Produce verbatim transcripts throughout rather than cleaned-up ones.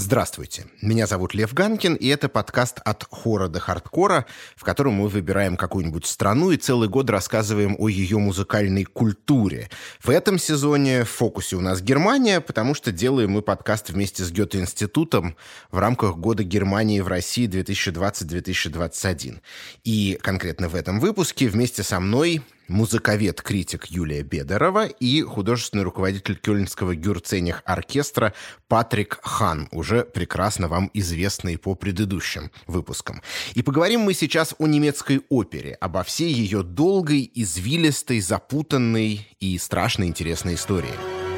Здравствуйте, меня зовут Лев Ганкин, и это подкаст «От хора до хардкора», в котором мы выбираем какую-нибудь страну и целый год рассказываем о ее музыкальной культуре. В этом сезоне в фокусе у нас Германия, потому что делаем мы подкаст вместе с Гёте-институтом в рамках Года Германии в России две тысячи двадцать - две тысячи двадцать один. И конкретно в этом выпуске вместе со мной музыковед-критик Юлия Бедорова и художественный руководитель Кёльнского Гюрценях-оркестра Патрик Хан, уже прекрасно вам известный по предыдущим выпускам. И поговорим мы сейчас о немецкой опере, обо всей ее долгой, извилистой, запутанной и страшно интересной истории.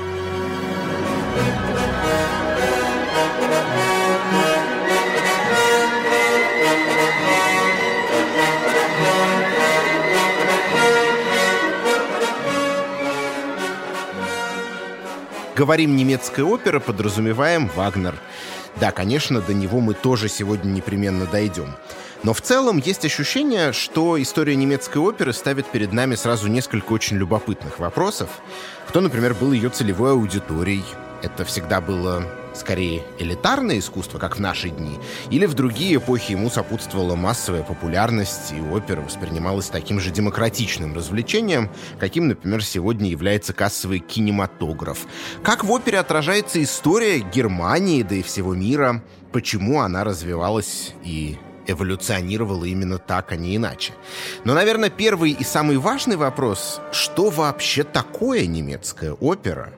Говорим «немецкая опера», подразумеваем Вагнер. Да, конечно, до него мы тоже сегодня непременно дойдем. Но в целом есть ощущение, что история немецкой оперы ставит перед нами сразу несколько очень любопытных вопросов. Кто, например, был ее целевой аудиторией? Это всегда было скорее элитарное искусство, как в наши дни, или в другие эпохи ему сопутствовала массовая популярность, и опера воспринималась таким же демократичным развлечением, каким, например, сегодня является кассовый кинематограф. Как в опере отражается история Германии, да и всего мира, почему она развивалась и эволюционировала именно так, а не иначе. Но, наверное, первый и самый важный вопрос, что вообще такое немецкая опера,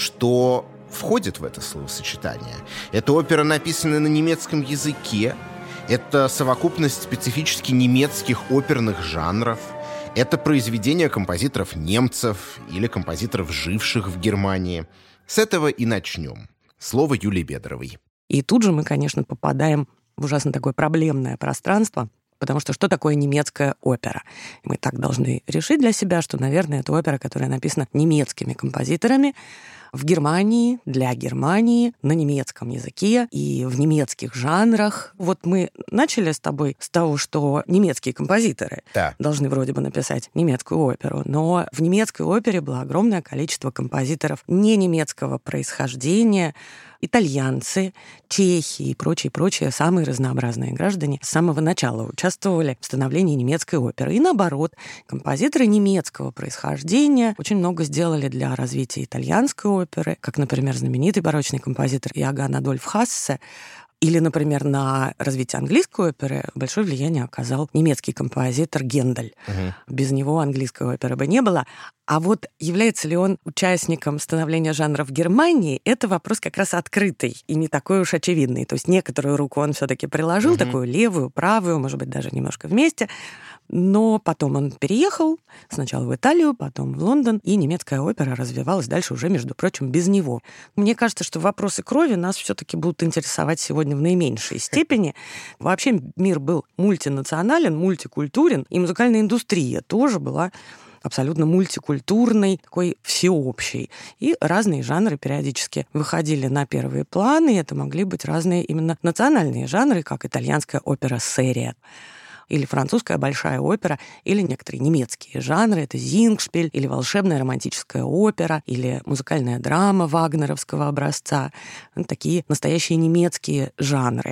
что входит в это словосочетание. Эта опера написана на немецком языке, это совокупность специфически немецких оперных жанров, это произведения композиторов-немцев или композиторов, живших в Германии. С этого и начнем. Слово Юлии Бедоровой. И тут же мы, конечно, попадаем в ужасно такое проблемное пространство, потому что что такое немецкая опера? Мы так должны решить для себя, что, наверное, это опера, которая написана немецкими композиторами в Германии, для Германии, на немецком языке и в немецких жанрах. Вот мы начали с тобой с того, что немецкие композиторы да. должны вроде бы написать немецкую оперу, но в немецкой опере было огромное количество композиторов не немецкого происхождения, итальянцы, чехи и прочие-прочие самые разнообразные граждане с самого начала участвовали в становлении немецкой оперы. И наоборот, композиторы немецкого происхождения очень много сделали для развития итальянской оперы, как, например, знаменитый барочный композитор Иоганн Адольф Хассе, или, например, на развитие английской оперы большое влияние оказал немецкий композитор Гендель. Угу. Без него английской оперы бы не было. А вот является ли он участником становления жанра в Германии, это вопрос как раз открытый и не такой уж очевидный. То есть некоторую руку он все-таки приложил, угу. такую левую, правую, может быть, даже немножко вместе. Но потом он переехал сначала в Италию, потом в Лондон, и немецкая опера развивалась дальше уже, между прочим, без него. Мне кажется, что вопросы крови нас все-таки будут интересовать сегодня в наименьшей степени. Вообще мир был мультинационален, мультикультурен, и музыкальная индустрия тоже была абсолютно мультикультурной, такой всеобщей. И разные жанры периодически выходили на первые планы, и это могли быть разные именно национальные жанры, как итальянская опера «Серия», или французская большая опера, или некоторые немецкие жанры, это зингшпиль, или волшебная романтическая опера, или музыкальная драма вагнеровского образца. Такие настоящие немецкие жанры.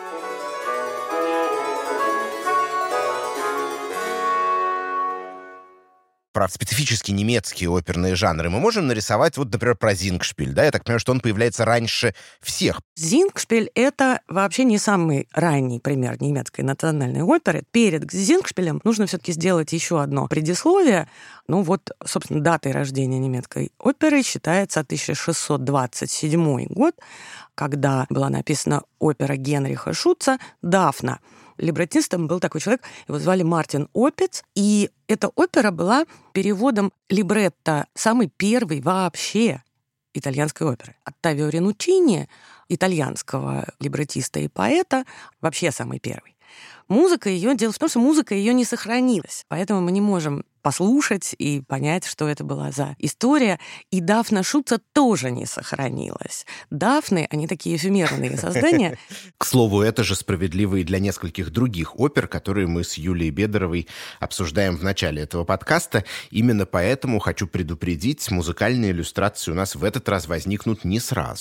Про специфически немецкие оперные жанры мы можем нарисовать, вот, например, про зингшпиль, да? Я так понимаю, что он появляется раньше всех. Зингшпиль — это вообще не самый ранний пример немецкой национальной оперы. Перед зингшпилем нужно все-таки сделать еще одно предисловие. Ну вот, собственно, датой рождения немецкой оперы считается тысяча шестьсот двадцать седьмой год, когда была написана опера Генриха Шуца «Дафна». Либреттистом был такой человек, его звали Мартин Опиц, и эта опера была переводом либретто самой первой вообще итальянской оперы. Оттавио Ринуччини, итальянского либреттиста и поэта, вообще самый первый. Музыка ее, дело в том, что музыка ее не сохранилась, поэтому мы не можем послушать и понять, что это была за история. И Дафна Шуца тоже не сохранилась. Дафны, они такие эфемерные создания. К слову, это же справедливо и для нескольких других опер, которые мы с Юлией Бедоровой обсуждаем в начале этого подкаста. Именно поэтому хочу предупредить, музыкальные иллюстрации у нас в этот раз возникнут не сразу.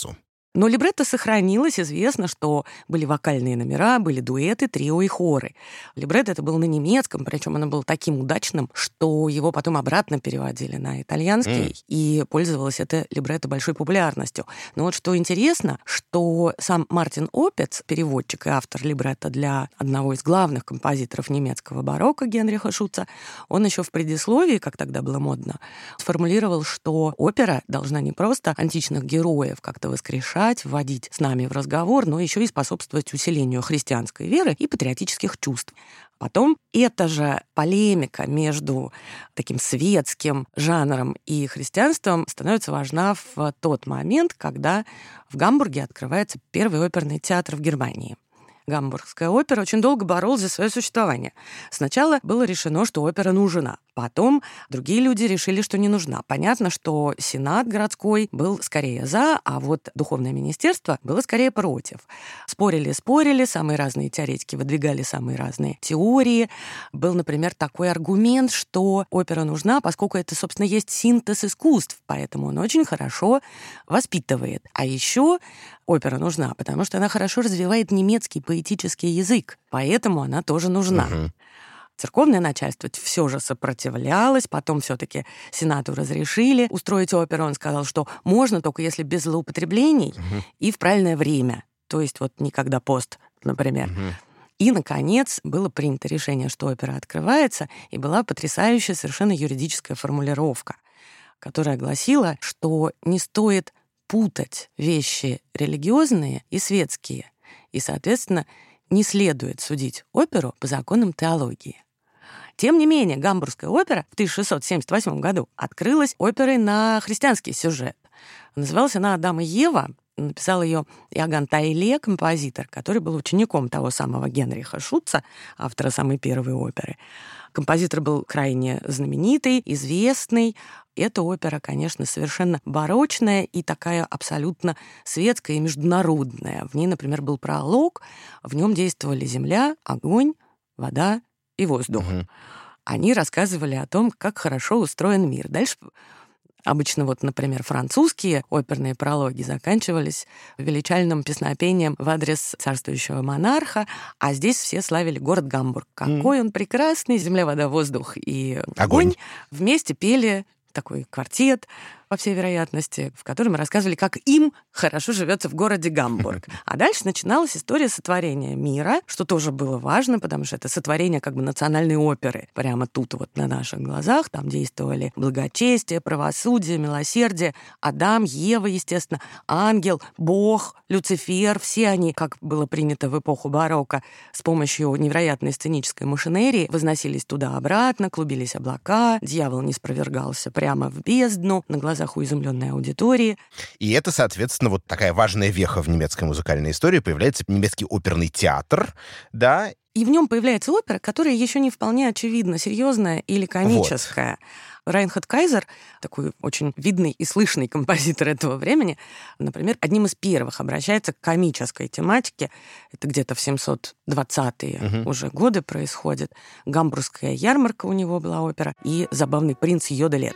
Но либретто сохранилось. Известно, что были вокальные номера, были дуэты, трио и хоры. Либретто это было на немецком, причем оно было таким удачным, что его потом обратно переводили на итальянский, mm. и пользовалось это либретто большой популярностью. Но вот что интересно, что сам Мартин Опец, переводчик и автор либретто для одного из главных композиторов немецкого барокко Генриха Шуца, он еще в предисловии, как тогда было модно, сформулировал, что опера должна не просто античных героев как-то воскрешать, вводить с нами в разговор, но еще и способствовать усилению христианской веры и патриотических чувств. Потом эта же полемика между таким светским жанром и христианством становится важна в тот момент, когда в Гамбурге открывается первый оперный театр в Германии. Гамбургская опера очень долго боролась за свое существование. Сначала было решено, что опера нужна. Потом другие люди решили, что не нужна. Понятно, что Сенат городской был скорее за, а вот Духовное министерство было скорее против. Спорили, спорили, самые разные теоретики выдвигали самые разные теории. Был, например, такой аргумент, что опера нужна, поскольку это, собственно, есть синтез искусств, поэтому он очень хорошо воспитывает. А еще опера нужна, потому что она хорошо развивает немецкий поэтический язык, поэтому она тоже нужна. Uh-huh. Церковное начальство все же сопротивлялось, потом все-таки Сенату разрешили устроить оперу. Он сказал, что можно, только если без злоупотреблений uh-huh. и в правильное время. То есть вот никогда пост, например. Uh-huh. И, наконец, было принято решение, что опера открывается, и была потрясающая совершенно юридическая формулировка, которая гласила, что не стоит путать вещи религиозные и светские, и, соответственно, не следует судить оперу по законам теологии. Тем не менее, Гамбургская опера в тысяча шестьсот семьдесят восьмом году открылась оперой на христианский сюжет. Называлась она «Адам и Ева». Написал ее Иоганн Тайле, композитор, который был учеником того самого Генриха Шуца, автора самой первой оперы. Композитор был крайне знаменитый, известный. Эта опера, конечно, совершенно барочная и такая абсолютно светская и международная. В ней, например, был пролог, в нем действовали земля, огонь, вода и воздух. Угу. Они рассказывали о том, как хорошо устроен мир. Дальше обычно, вот, например, французские оперные прологи заканчивались величальным песнопением в адрес царствующего монарха, а здесь все славили город Гамбург. Какой mm. он прекрасный, земля, вода, воздух и огонь. огонь. Вместе пели такой квартет, по всей вероятности, в котором рассказывали, как им хорошо живется в городе Гамбург. А дальше начиналась история сотворения мира, что тоже было важно, потому что это сотворение как бы национальной оперы. Прямо тут вот на наших глазах там действовали благочестие, правосудие, милосердие, Адам, Ева, естественно, ангел, Бог, Люцифер. Все они, как было принято в эпоху барокко, с помощью невероятной сценической машинерии возносились туда-обратно, клубились облака, дьявол не спровергался прямо в бездну, на глазах у изумленной аудитории. И это, соответственно, вот такая важная веха в немецкой музыкальной истории. Появляется немецкий оперный театр, да. И в нем появляется опера, которая еще не вполне очевидно серьезная или комическая. Вот. Райнхард Кайзер, такой очень видный и слышный композитор этого времени, например, одним из первых обращается к комической тематике. Это где-то в семьсот двадцатые угу. уже годы происходит. Гамбургская ярмарка у него была опера и забавный принц Йоделет.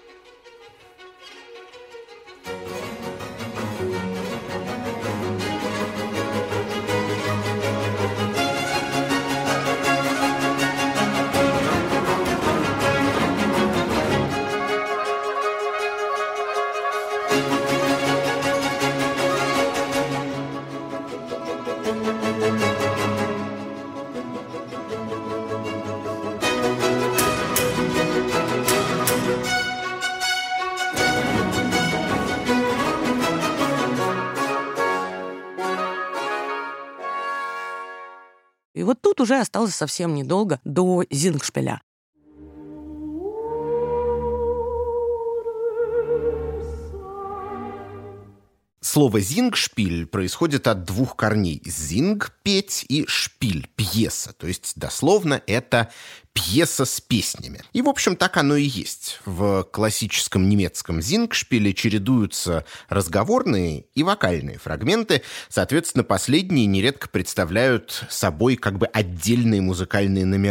И вот тут уже осталось совсем недолго до Зингшпиля. Слово «зингшпиль» происходит от двух корней. «Зинг» — петь и «шпиль» — пьеса. То есть, дословно, это пьеса с песнями. И, в общем, так оно и есть. В классическом немецком «зингшпиле» чередуются разговорные и вокальные фрагменты. Соответственно, последние нередко представляют собой как бы отдельные музыкальные номера.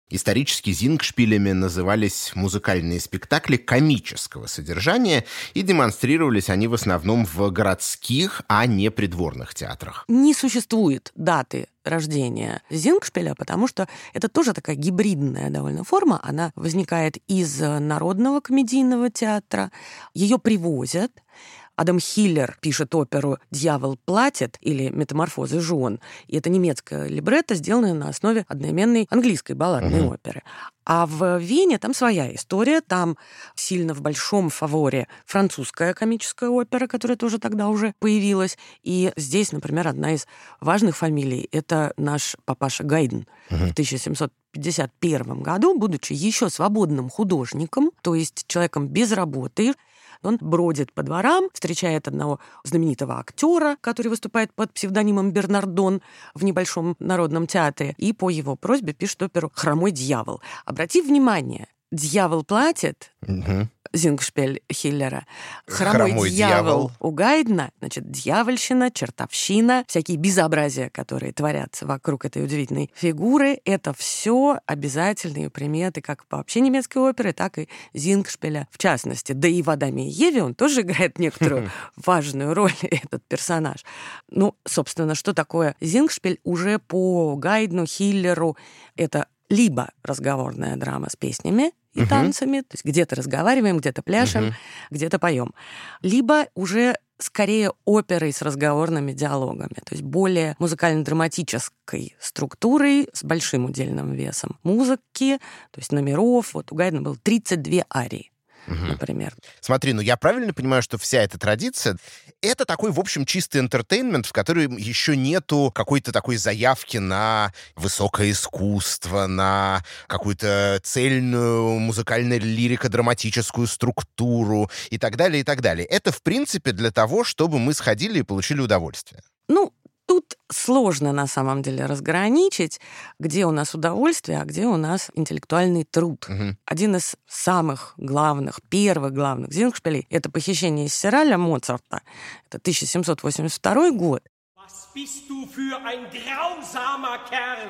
Исторически зингшпилями назывались музыкальные спектакли комического содержания, и демонстрировались они в основном в городских, а не придворных театрах. Не существует даты рождения зингшпиля, потому что это тоже такая гибридная довольно форма. Она возникает из народного комедийного театра, ее привозят. Адам Хиллер пишет оперу «Дьявол платит» или «Метаморфозы жен». И это немецкое либретто, сделанное на основе одноименной английской балладной uh-huh. оперы. А в Вене там своя история. Там сильно в большом фаворе французская комическая опера, которая тоже тогда уже появилась. И здесь, например, одна из важных фамилий — это наш папаша Гайден. Uh-huh. В тысяча семьсот пятьдесят первом году, будучи еще свободным художником, то есть человеком без работы, он бродит по дворам, встречает одного знаменитого актера, который выступает под псевдонимом Бернардон в небольшом народном театре, и по его просьбе пишет оперу «Хромой дьявол». Обрати внимание, «Дьявол платит», угу. зингшпиль Хиллера, «Хромой, Хромой дьявол», дьявол у Гайдена, значит, дьявольщина, чертовщина, всякие безобразия, которые творятся вокруг этой удивительной фигуры, это все обязательные приметы как вообще немецкой оперы, так и зингшпиля в частности. Да и в «Адаме и Еве» он тоже играет некоторую важную роль, этот персонаж. Ну, собственно, что такое зингшпиль? Уже по Гайдену, Хиллеру это либо разговорная драма с песнями и uh-huh. танцами, то есть где-то разговариваем, где-то пляшем, uh-huh. где-то поем, либо уже скорее оперой с разговорными диалогами, то есть более музыкально-драматической структурой с большим удельным весом музыки, то есть номеров. Вот у Гайдена было тридцать две арии. Угу. Например. Смотри, ну я правильно понимаю, что вся эта традиция — это такой, в общем, чистый энтертейнмент, в котором еще нету какой-то такой заявки на высокое искусство, на какую-то цельную музыкально-лирико-драматическую структуру и так далее, и так далее. Это, в принципе, для того, чтобы мы сходили и получили удовольствие. Ну, тут сложно, на самом деле, разграничить, где у нас удовольствие, а где у нас интеллектуальный труд. Угу. Один из самых главных, первых главных зингшпилей — это «Похищение из Сираля» Моцарта. Это тысяча семьсот восемьдесят второй год. Was bist du für ein grausamer Kerl?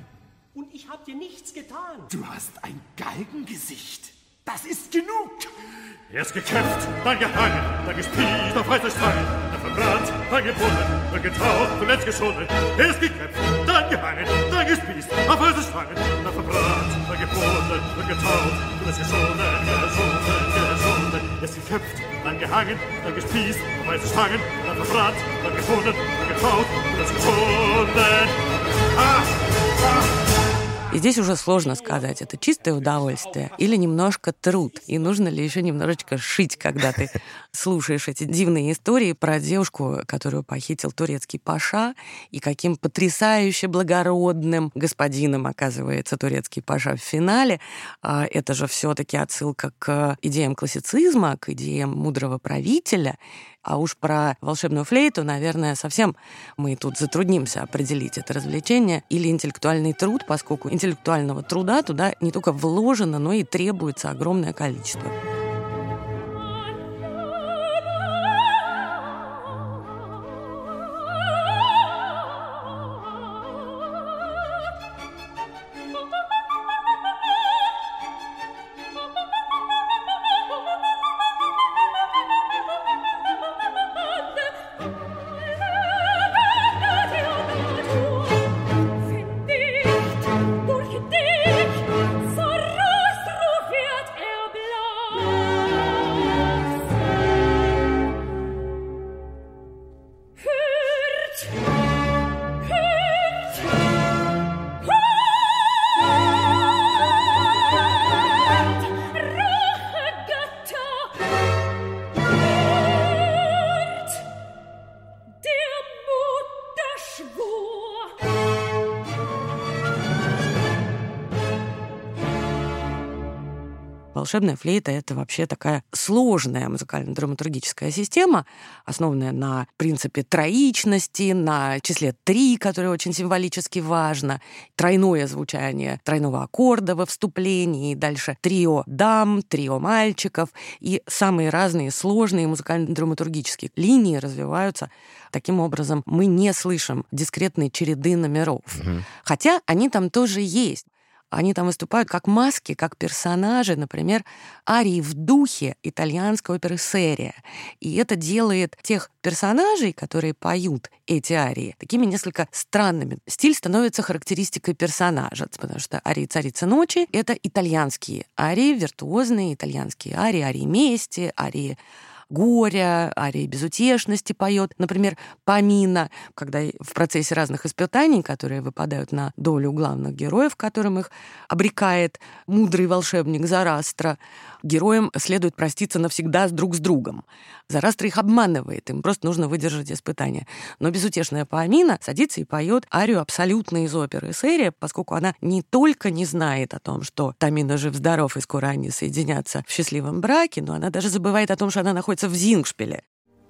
Und ich hab dir nichts getan. Du hast ein Galgengesicht. Das ist genug. Erst geköpft, dann gehangen, dann gespießt auf heißer Stange, dann verbrannt, dann gebunden, dann getaucht, zuletzt geschunden. Erst geköpft, dann gehangen, dann gespießt auf heißer Stange, dann verbrannt, dann gebunden, dann getaucht, zuletzt geschunden, geschunden, geschunden. Erst geköpft, dann gehangen, dann gespießt auf heißer Stange, dann verbrannt, dann gebunden, dann getaucht, zuletzt geschunden. Ah! Ah! И здесь уже сложно сказать, это чистое удовольствие или немножко труд. И нужно ли еще немножечко шить, когда ты слушаешь эти дивные истории про девушку, которую похитил турецкий паша, и каким потрясающе благородным господином оказывается турецкий паша в финале. Это же все-таки отсылка к идеям классицизма, к идеям мудрого правителя. А уж про волшебную флейту, наверное, совсем мы тут затруднимся определить это развлечение или интеллектуальный труд, поскольку интеллектуального труда туда не только вложено, но и требуется огромное количество. Волшебная флейта — это вообще такая сложная музыкально-драматургическая система, основанная на принципе троичности, на числе три, которое очень символически важно, тройное звучание тройного аккорда во вступлении, и дальше трио дам, трио мальчиков, и самые разные сложные музыкально-драматургические линии развиваются. Таким образом, мы не слышим дискретной череды номеров. Угу. Хотя они там тоже есть. Они там выступают как маски, как персонажи, например, арии в духе итальянской оперы «Серия». И это делает тех персонажей, которые поют эти арии, такими несколько странными. Стиль становится характеристикой персонажа, потому что арии «Царицы ночи» — это итальянские арии, виртуозные итальянские арии, арии мести, арии горя, арии безутешности поет. Например, Памина, когда в процессе разных испытаний, которые выпадают на долю главных героев, которым их обрекает мудрый волшебник Зарастро, героям следует проститься навсегда друг с другом. Зарастро их обманывает, им просто нужно выдержать испытания. Но безутешная Памина садится и поет арию абсолютно из оперы «Серия», поскольку она не только не знает о том, что Тамино жив-здоров и скоро они соединятся в счастливом браке, но она даже забывает о том, что она находится в Зингшпиле.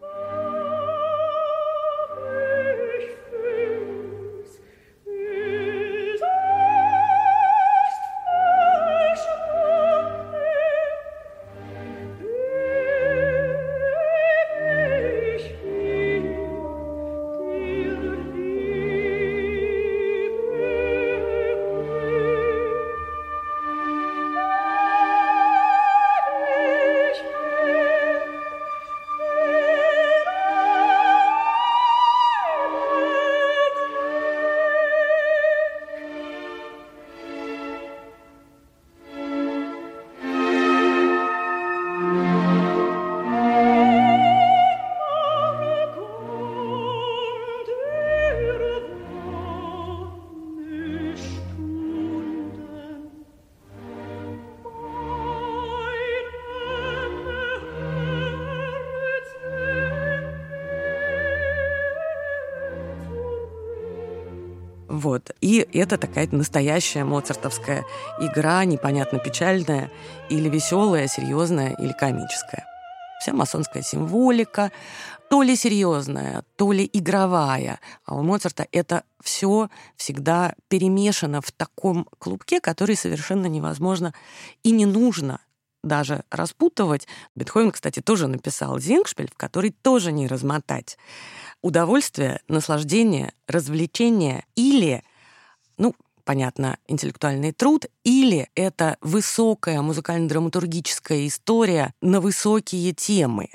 Вот. И это такая настоящая моцартовская игра, непонятно печальная, или веселая, серьезная, или комическая. Вся масонская символика, то ли серьезная, то ли игровая. А у Моцарта это все всегда перемешано в таком клубке, который совершенно невозможно и не нужно даже распутывать. Бетховен, кстати, тоже написал «Зингшпиль», в который тоже не размотать. Удовольствие, наслаждение, развлечение или, ну, понятно, интеллектуальный труд, или это высокая музыкально-драматургическая история на высокие темы.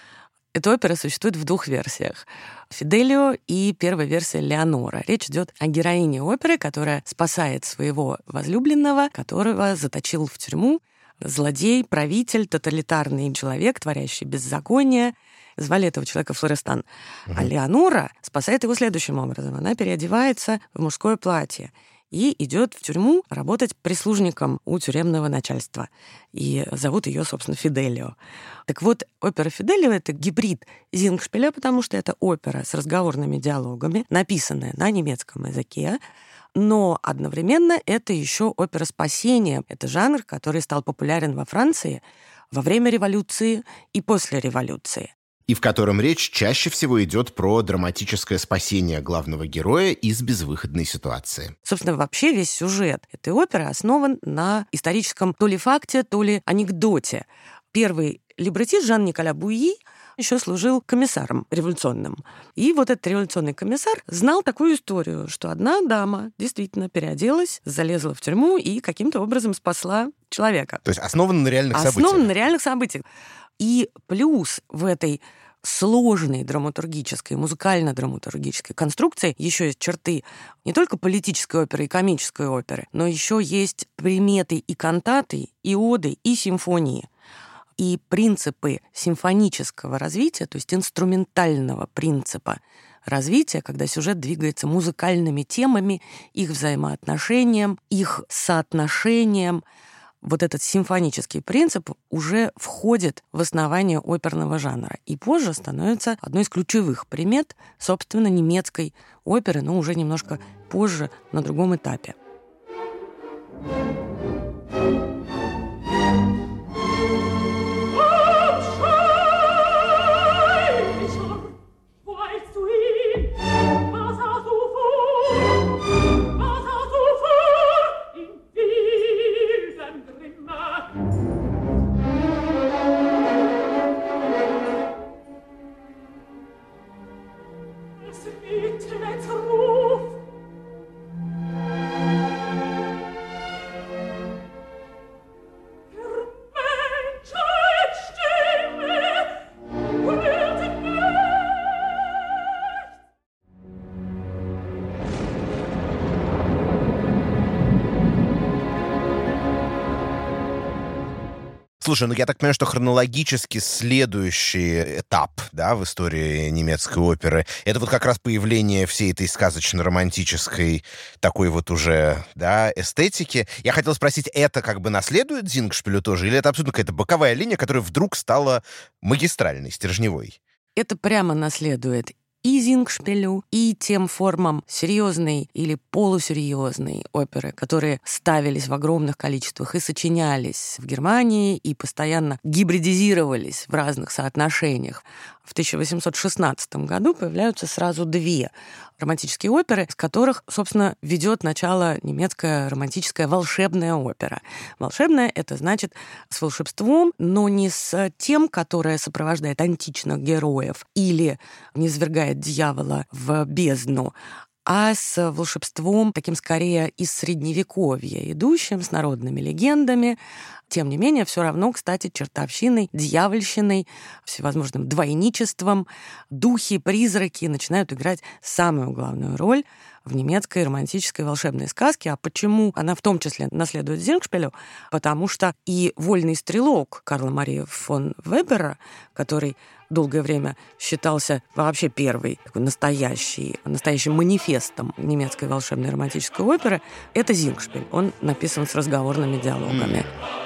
Эта опера существует в двух версиях. «Фиделио» и первая версия «Леонора». Речь идет о героине оперы, которая спасает своего возлюбленного, которого заточил в тюрьму злодей, правитель, тоталитарный человек, творящий беззаконие. Звали этого человека Флорестан. Uh-huh. А Леонора спасает его следующим образом. Она переодевается в мужское платье и идет в тюрьму работать прислужником у тюремного начальства. И зовут ее, собственно, Фиделио. Так вот, опера «Фиделио» — это гибрид Зингшпиля, потому что это опера с разговорными диалогами, написанная на немецком языке, но одновременно это еще опера спасения. Это жанр, который стал популярен во Франции во время революции и после революции. И в котором речь чаще всего идет про драматическое спасение главного героя из безвыходной ситуации. Собственно, вообще весь сюжет этой оперы основан на историческом то ли факте, то ли анекдоте. Первый либретист Жан-Николя Буи еще служил комиссаром революционным. И вот этот революционный комиссар знал такую историю, что одна дама действительно переоделась, залезла в тюрьму и каким-то образом спасла человека. То есть основано на реальных основано событиях. Основано на реальных событиях. И плюс в этой сложной драматургической, музыкально-драматургической конструкции еще есть черты не только политической оперы и комической оперы, но еще есть приметы и кантаты, и оды, и симфонии. И принципы симфонического развития, то есть инструментального принципа развития, когда сюжет двигается музыкальными темами, их взаимоотношением, их соотношением, вот этот симфонический принцип уже входит в основание оперного жанра и позже становится одной из ключевых примет, собственно, немецкой оперы, но уже немножко позже, на другом этапе. Ruf Слушай, ну я так понимаю, что хронологически следующий этап, да, в истории немецкой оперы, это вот как раз появление всей этой сказочно-романтической такой вот уже, да, эстетики. Я хотел спросить, это как бы наследует Зингшпилю тоже, или это абсолютно какая-то боковая линия, которая вдруг стала магистральной, стержневой? Это прямо наследует и Зингшпилю, и тем формам серьезной или полусерьезной оперы, которые ставились в огромных количествах и сочинялись в Германии, и постоянно гибридизировались в разных соотношениях. В тысяча восемьсот шестнадцатом году появляются сразу две романтические оперы, с которых, собственно, ведет начало немецкая романтическая волшебная опера. Волшебная — это значит с волшебством, но не с тем, которое сопровождает античных героев или низвергает дьявола в бездну, а с волшебством, таким скорее из Средневековья, идущим, с народными легендами. Тем не менее, все равно, кстати, чертовщиной, дьявольщиной, всевозможным двойничеством, духи, призраки начинают играть самую главную роль в немецкой романтической волшебной сказке. А почему она в том числе наследует Зингшпилю? Потому что и «Вольный стрелок» Карла Марии фон Вебера, который долгое время считался вообще первой такой настоящей, настоящим манифестом немецкой волшебной романтической оперы, это Зингшпиль. Он написан с разговорными диалогами.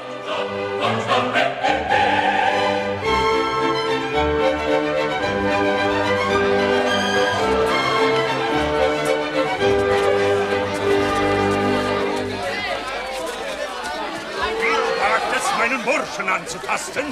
Meinen Burschen anzutasten.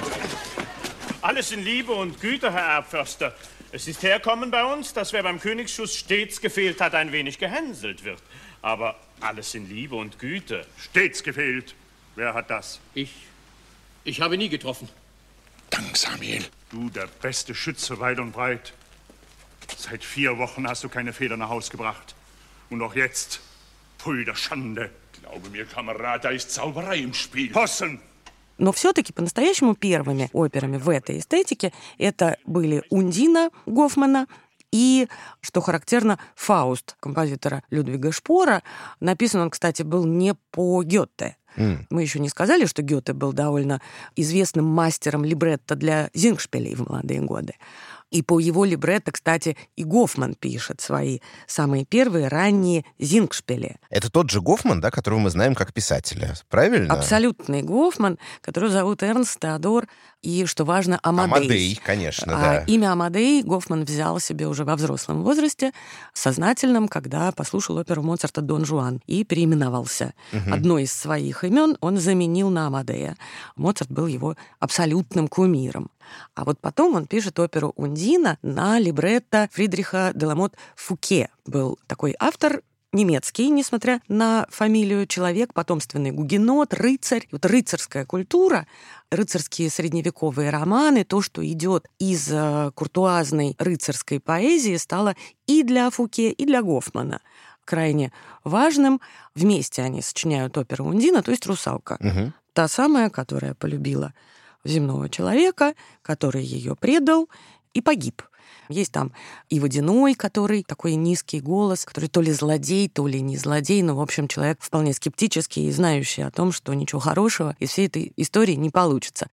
Alles in Liebe und Güte, Herr Erbförster. Es ist herkommen bei uns, dass wer beim Königsschuss stets gefehlt hat, ein wenig gehänselt wird. Aber alles in Liebe und Güte. Stets gefehlt. Wer hat das? Ich. Ich habe nie getroffen. Dank, Samuel. Du, der beste Schütze weit und breit. Seit vier Wochen hast du keine Feder nach Haus gebracht. Und auch jetzt. Pfui der Schande. Glaube mir, Kamerad, da ist Zauberei im Spiel. Possen! Но все-таки по-настоящему первыми операми в этой эстетике это были «Ундина» Гофмана и, что характерно, «Фауст» композитора Людвига Шпора. Написан он, кстати, был не по Гёте. Mm. Мы еще не сказали, что Гёте был довольно известным мастером либретто для Зингшпилей в молодые годы. И по его либретто, кстати, и Гофман пишет свои самые первые ранние Зингшпили. Это тот же Гофман, да, которого мы знаем как писателя, правильно? Абсолютный Гофман, которого зовут Эрнст Теодор, и, что важно, Амадей. Амадей, конечно, а да. Имя Амадей Гофман взял себе уже во взрослом возрасте, сознательном, когда послушал оперу Моцарта «Дон Жуан» и переименовался. Угу. Одно из своих имен он заменил на Амадея. Моцарт был его абсолютным кумиром. А вот потом он пишет оперу «Ундина» на либретто Фридриха Деламот Фуке. Был такой автор немецкий, несмотря на фамилию, человек, потомственный гугенот, рыцарь. Вот рыцарская культура, рыцарские средневековые романы, то, что идет из куртуазной рыцарской поэзии, стало и для Фуке, и для Гофмана крайне важным. Вместе они сочиняют оперу «Ундина», то есть «Русалка». Угу. Та самая, которая полюбила земного человека, который ее предал и погиб. Есть там и Водяной, который такой низкий голос, который то ли злодей, то ли не злодей, но, в общем, человек вполне скептический и знающий о том, что ничего хорошего из всей этой истории не получится.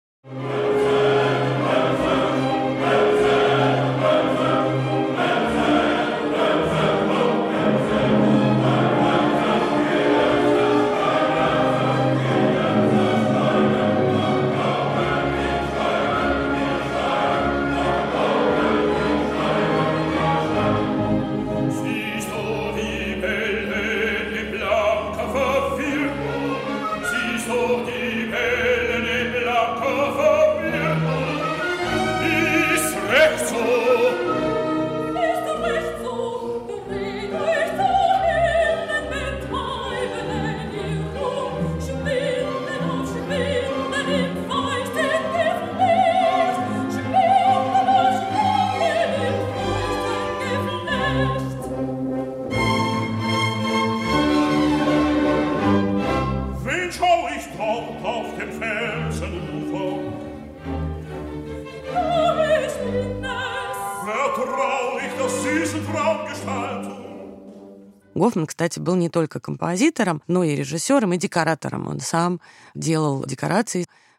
Гофман, кстати, был не только композитором, но и режиссером, и декоратором. Он сам делал декорации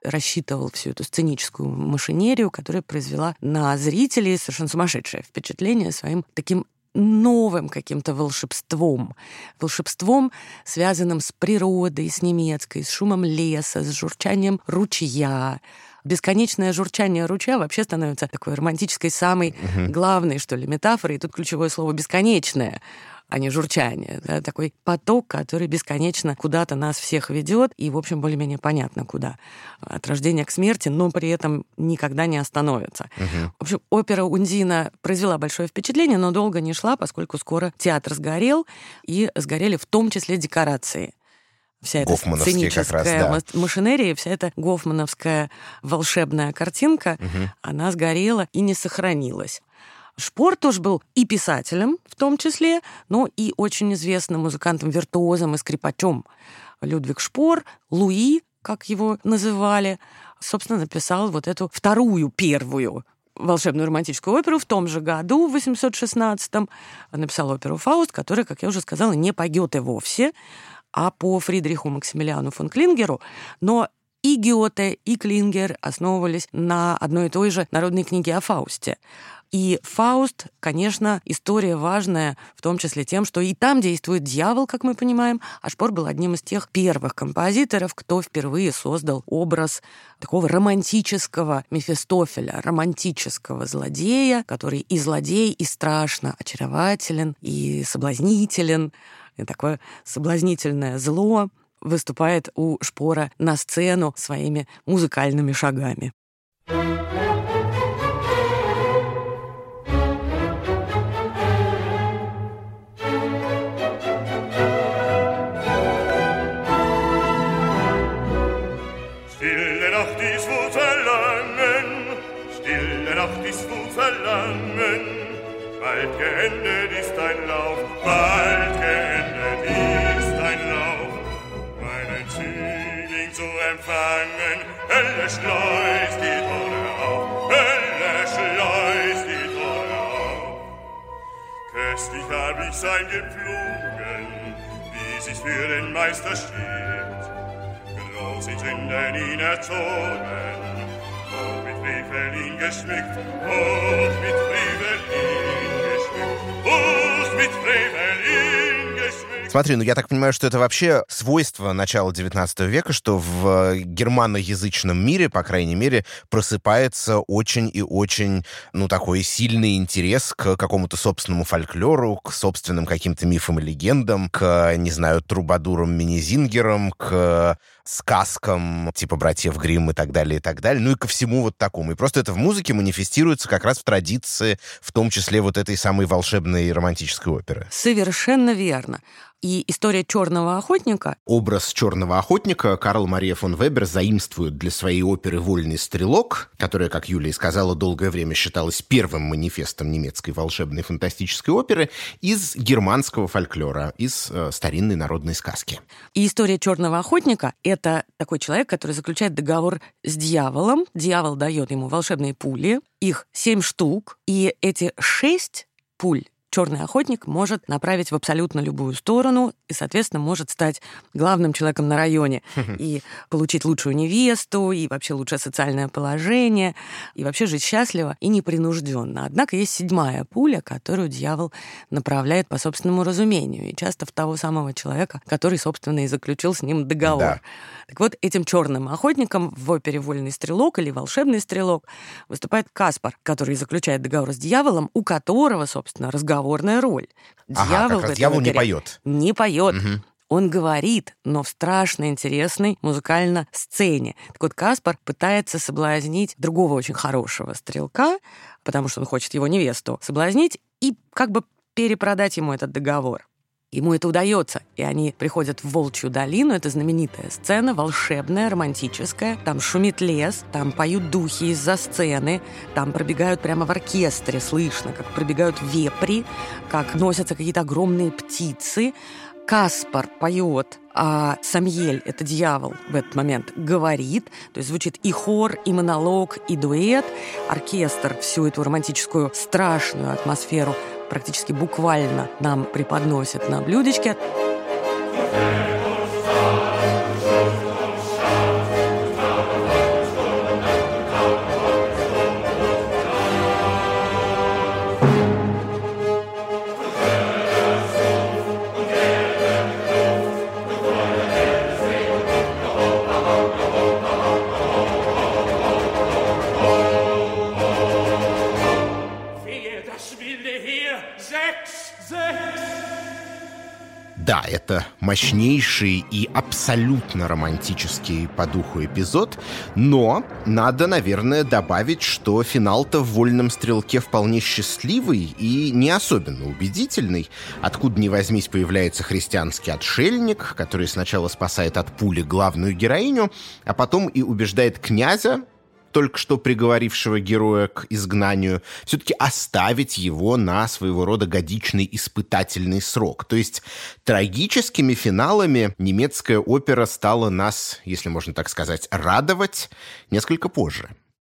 рассчитывал всю эту сценическую машинерию, которая произвела на зрителей совершенно сумасшедшее впечатление своим таким новым каким-то волшебством. Волшебством, связанным с природой, с немецкой, с шумом леса, с журчанием ручья. Бесконечное журчание ручья вообще становится такой романтической, самой главной, что ли, метафорой. И тут ключевое слово «бесконечное», а не журчание. Да? Такой поток, который бесконечно куда-то нас всех ведет, и, в общем, более-менее понятно, куда. От рождения к смерти, но при этом никогда не остановится. Uh-huh. В общем, опера «Ундина» произвела большое впечатление, но долго не шла, поскольку скоро театр сгорел, и сгорели в том числе декорации. Вся эта сценическая как раз, да. машинерия, вся эта гофмановская волшебная картинка, uh-huh. она сгорела и не сохранилась. Шпор тоже был и писателем, в том числе, но и очень известным музыкантом, виртуозом и скрипачом. Людвиг Шпор, Луи, как его называли, собственно, написал вот эту вторую, первую волшебную романтическую оперу в том же году, в восемьсот шестнадцатом. Написал оперу «Фауст», которая, как я уже сказала, не по Гёте вовсе, а по Фридриху Максимилиану фон Клингеру, но и Гёте, и Клингер основывались на одной и той же народной книге о Фаусте. И «Фауст», конечно, история важная, в том числе тем, что и там действует дьявол, как мы понимаем, а Шпор был одним из тех первых композиторов, кто впервые создал образ такого романтического Мефистофеля, романтического злодея, который и злодей, и страшно очарователен, и соблазнителен, и такое соблазнительное зло выступает у Шпора на сцену своими музыкальными шагами. Bald geendet ist dein Lauf, bald geendet ist dein Lauf. Meinen Zügling zu empfangen, Hölle schleust die Tore auf, Hölle schleust die Tore auf. Köstlich hab ich sein gepflogen, wie sich's für den Meister steht. Groß in Sünden ihn erzogen, hoch mit Frevel ihn geschmückt, hoch mit Frevel ihn Ух, mit Frevel ihn geschmückt. Смотри, ну я так понимаю, что это вообще свойство начала девятнадцатого века, что в германоязычном мире, по крайней мере, просыпается очень и очень, ну, такой сильный интерес к какому-то собственному фольклору, к собственным каким-то мифам и легендам, к, не знаю, трубадурам, минизингерам, к сказкам типа «Братьев Гримм» и так далее, и так далее, ну и ко всему вот такому. И просто это в музыке манифестируется как раз в традиции, в том числе вот этой самой волшебной романтической оперы. Совершенно верно. И история «Черного охотника». Образ «Черного охотника» Карл Мария фон Вебер заимствует для своей оперы «Вольный стрелок», которая, как Юлия сказала, долгое время считалась первым манифестом немецкой волшебной фантастической оперы, из германского фольклора, из э, старинной народной сказки. И история «Черного охотника» — это такой человек, который заключает договор с дьяволом. Дьявол дает ему волшебные пули, их семь штук, и эти шесть пуль черный охотник может направить в абсолютно любую сторону и, соответственно, может стать главным человеком на районе и получить лучшую невесту, и вообще лучшее социальное положение, и вообще жить счастливо и непринужденно. Однако есть седьмая пуля, которую дьявол направляет по собственному разумению, и часто в того самого человека, который, собственно, и заключил с ним договор. Да. Так вот, этим черным охотником в опере «Вольный стрелок» или «Волшебный стрелок» выступает Каспар, который заключает договор с дьяволом, у которого, собственно, разговор Разговорная роль. Ага, дьявол, как раз дьявол не поет. Не поет. Угу. Он говорит, но в страшно интересной музыкально сцене. Так вот, Каспар пытается соблазнить другого очень хорошего стрелка, потому что он хочет его невесту соблазнить и как бы перепродать ему этот договор. Ему это удается, и они приходят в Волчью долину. Это знаменитая сцена, волшебная, романтическая. Там шумит лес, там поют духи из-за сцены, там пробегают прямо в оркестре, слышно, как пробегают вепри, как носятся какие-то огромные птицы. Каспар поет, а Самьель, это дьявол, в этот момент говорит. То есть звучит и хор, и монолог, и дуэт. Оркестр всю эту романтическую, страшную атмосферу практически буквально нам преподносит на блюдечке. Да, это мощнейший и абсолютно романтический по духу эпизод, но надо, наверное, добавить, что финал-то в «Вольном стрелке» вполне счастливый и не особенно убедительный. Откуда ни возьмись, появляется христианский отшельник, который сначала спасает от пули главную героиню, а потом и убеждает князя, только что приговорившего героя к изгнанию, все-таки оставить его на своего рода годичный испытательный срок. То есть трагическими финалами немецкая опера стала нас, если можно так сказать, радовать несколько позже.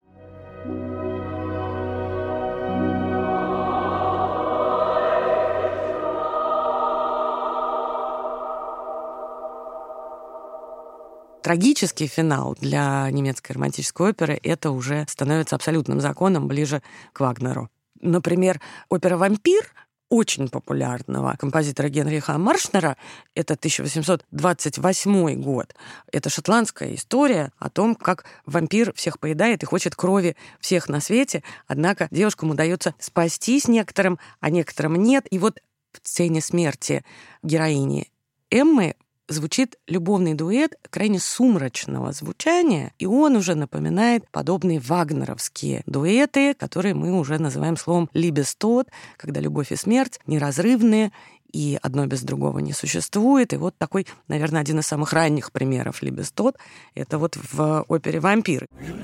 Трагический финал для немецкой романтической оперы — это уже становится абсолютным законом ближе к Вагнеру. Например, опера «Вампир» очень популярного композитора Генриха Маршнера, это тысяча восемьсот двадцать восьмой год. Это шотландская история о том, как вампир всех поедает и хочет крови всех на свете, однако девушкам удается спастись некоторым, а некоторым нет. И вот в сцене смерти героини Эммы звучит любовный дуэт крайне сумрачного звучания, и он уже напоминает подобные вагнеровские дуэты, которые мы уже называем словом «либестод», когда любовь и смерть неразрывные, и одно без другого не существует. И вот такой, наверное, один из самых ранних примеров «либестод» — это вот в опере «Вампир».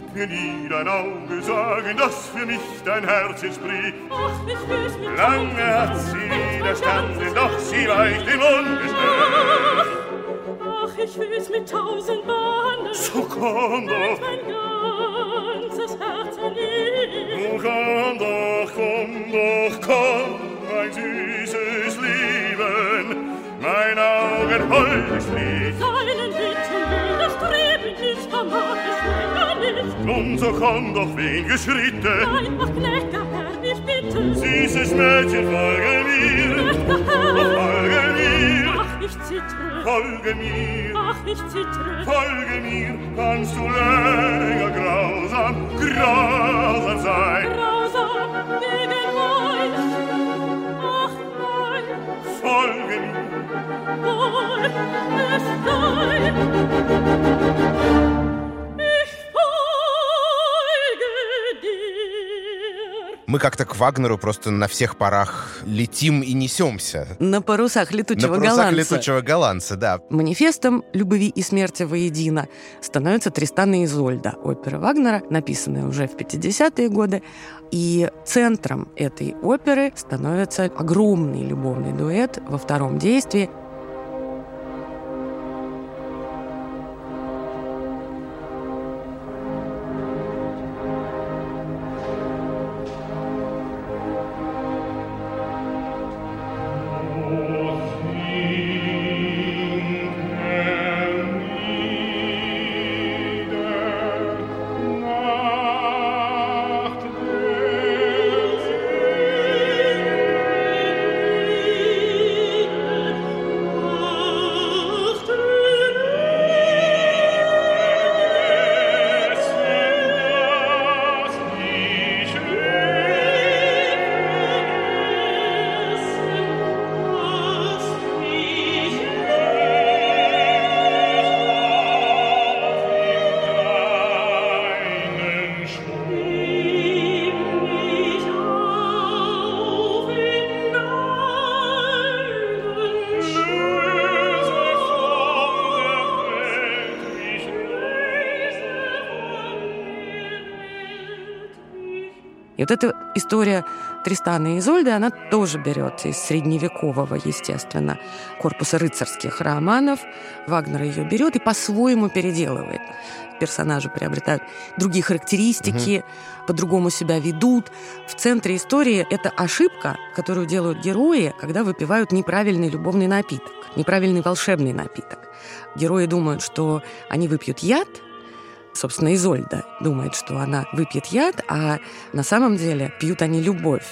Ach, ich will's mit tausend Bahnen. So komm doch. Mein ganzes Herz erliegen. Komm doch, komm doch, komm, mein süßes Leben, mein Augen holdes Lied. Deinen Bitten widerstreben, ich vermag es länger nicht. Nun so komm doch wenige Schritte. Nein, ach, gnädiger Herr, ich bitte. Süßes Mädchen, folge mir. Gnädiger Herr. Folge mir. Ach, ich zittere. Folge mir. Ach, ich zittere. Folge mir. Kannst du länger grausam, grausam sein. Grausam gegen euch. Ach, nein. Folge mir. Wohl ist dein. Мы как-то к Вагнеру просто на всех парах летим и несемся. На парусах летучего голландца. На парусах летучего голландца, да. Манифестом любви и смерти воедино становится «Тристан и Изольда», опера Вагнера, написанная уже в пятидесятые годы. И центром этой оперы становится огромный любовный дуэт во втором действии. И вот эта история Тристана и Изольды, она тоже берется из средневекового, естественно, корпуса рыцарских романов. Вагнер ее берет и по-своему переделывает. Персонажи приобретают другие характеристики, угу. по-другому себя ведут. В центре истории это ошибка, которую делают герои, когда выпивают неправильный любовный напиток, неправильный волшебный напиток. Герои думают, что они выпьют яд. Собственно, Изольда думает, что она выпьет яд, а на самом деле пьют они любовь.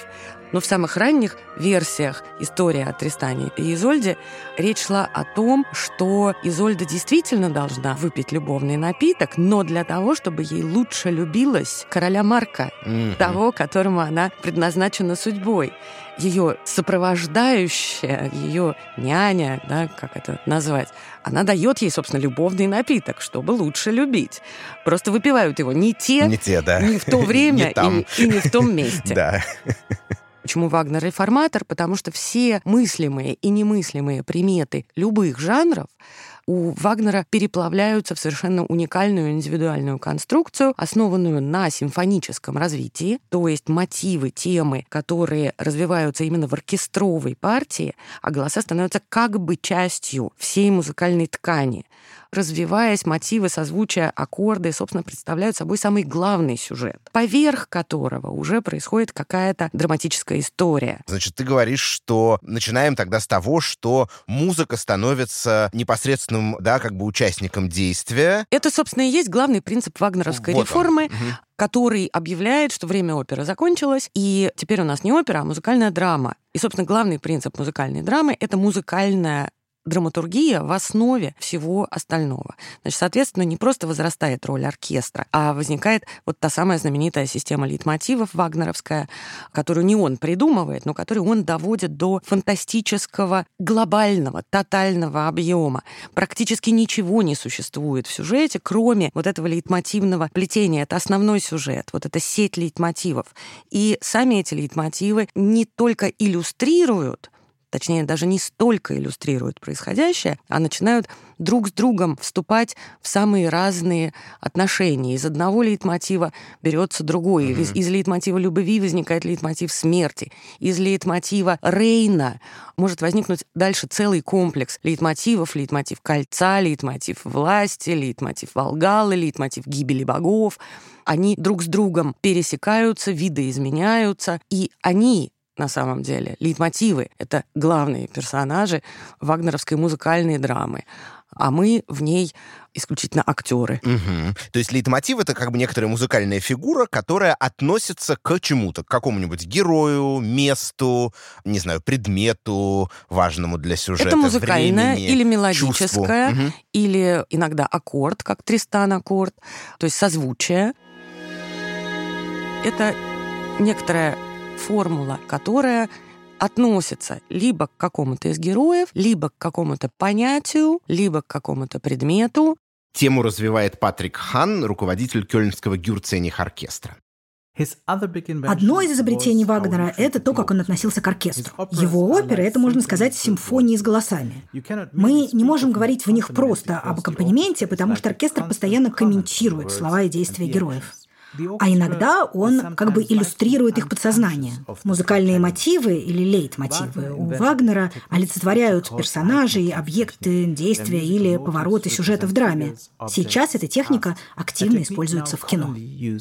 Но в самых ранних версиях истории о Тристане и Изольде речь шла о том, что Изольда действительно должна выпить любовный напиток, но для того, чтобы ей лучше любилась короля Марка, mm-hmm. того, которому она предназначена судьбой. Ее сопровождающая, ее няня, да, как это назвать, она дает ей, собственно, любовный напиток, чтобы лучше любить. Просто выпивают его не те, не, те, да. не в то время и, не, и не в том месте. Да. Почему Вагнер реформатор? Потому что все мыслимые и немыслимые приметы любых жанров у Вагнера переплавляются в совершенно уникальную индивидуальную конструкцию, основанную на симфоническом развитии, то есть мотивы, темы, которые развиваются именно в оркестровой партии, а голоса становятся как бы частью всей музыкальной ткани. Развиваясь, мотивы, созвучия, аккорды, собственно, представляют собой самый главный сюжет, поверх которого уже происходит какая-то драматическая история. Значит, ты говоришь, что начинаем тогда с того, что музыка становится непосредственным, да, как бы участником действия. Это, собственно, и есть главный принцип вагнеровской вот реформы, угу. который объявляет, что время оперы закончилось, и теперь у нас не опера, а музыкальная драма. И, собственно, главный принцип музыкальной драмы — это музыкальная драматургия в основе всего остального. Значит, соответственно, не просто возрастает роль оркестра, а возникает вот та самая знаменитая система лейтмотивов вагнеровская, которую не он придумывает, но которую он доводит до фантастического, глобального, тотального объема. Практически ничего не существует в сюжете, кроме вот этого лейтмотивного плетения. Это основной сюжет, вот эта сеть лейтмотивов. И сами эти лейтмотивы не только иллюстрируют, точнее, даже не столько иллюстрируют происходящее, а начинают друг с другом вступать в самые разные отношения. Из одного лейтмотива берется другой. Mm-hmm. Из, из лейтмотива любви возникает лейтмотив смерти. Из лейтмотива Рейна может возникнуть дальше целый комплекс лейтмотивов. Лейтмотив кольца, лейтмотив власти, лейтмотив Волгалы, лейтмотив гибели богов. Они друг с другом пересекаются, видоизменяются, и они... На самом деле, лейтмотивы — это главные персонажи вагнеровской музыкальной драмы, а мы в ней исключительно актеры. Угу. То есть лейтмотив — это как бы некоторая музыкальная фигура, которая относится к чему-то, к какому-нибудь герою, месту, не знаю, предмету важному для сюжета, это музыкальная времени, или мелодическая, угу. или иногда аккорд, как Тристан аккорд, то есть созвучие. Это некоторая формула, которая относится либо к какому-то из героев, либо к какому-то понятию, либо к какому-то предмету. Тему развивает Патрик Хан, руководитель Кёльнского Гюрценних-оркестра. Одно из изобретений Вагнера — это то, как он относился к оркестру. Его оперы — это, можно сказать, симфонии с голосами. Мы не можем говорить в них просто об аккомпанементе, потому что оркестр постоянно комментирует слова и действия героев. А иногда он как бы иллюстрирует их подсознание. Музыкальные мотивы или лейтмотивы у Вагнера олицетворяют персонажей, объекты, действия или повороты сюжета в драме. Сейчас эта техника активно используется в кино.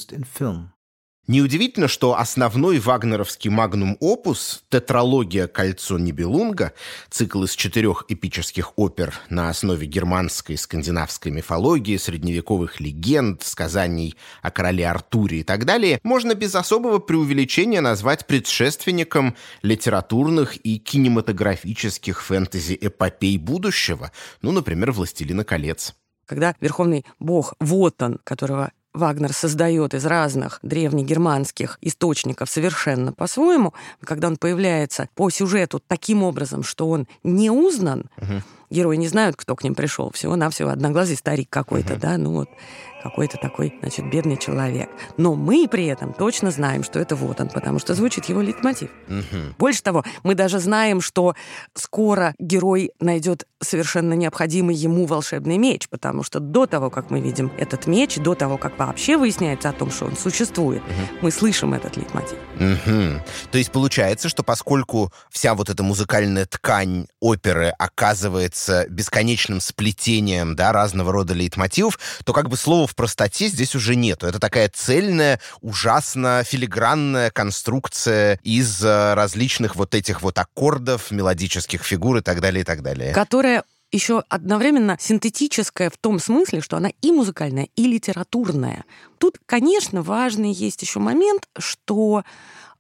Неудивительно, что основной вагнеровский магнум-опус «Тетралогия «Кольцо Нибелунга», цикл из четырех эпических опер на основе германской и скандинавской мифологии, средневековых легенд, сказаний о короле Артуре и так далее, можно без особого преувеличения назвать предшественником литературных и кинематографических фэнтези-эпопей будущего, ну, например, «Властелина колец». Когда верховный бог Вотан, которого Вагнер создает из разных древнегерманских источников совершенно по-своему, когда он появляется по сюжету таким образом, что он не узнан, uh-huh. герои не знают, кто к ним пришел, всего-навсего одноглазый старик какой-то, uh-huh. да, ну вот какой-то такой, значит, бедный человек. Но мы при этом точно знаем, что это вот он, потому что звучит его лейтмотив. Uh-huh. Больше того, мы даже знаем, что скоро герой найдет совершенно необходимый ему волшебный меч, потому что до того, как мы видим этот меч, до того, как вообще выясняется о том, что он существует, uh-huh. мы слышим этот лейтмотив. Uh-huh. То есть получается, что поскольку вся вот эта музыкальная ткань оперы оказывается бесконечным сплетением, да, разного рода лейтмотивов, то как бы слова в простоте здесь уже нету. Это такая цельная, ужасно филигранная конструкция из различных вот этих вот аккордов, мелодических фигур и так далее, и так далее. Которая еще одновременно синтетическая в том смысле, что она и музыкальная, и литературная. Тут, конечно, важный есть еще момент, что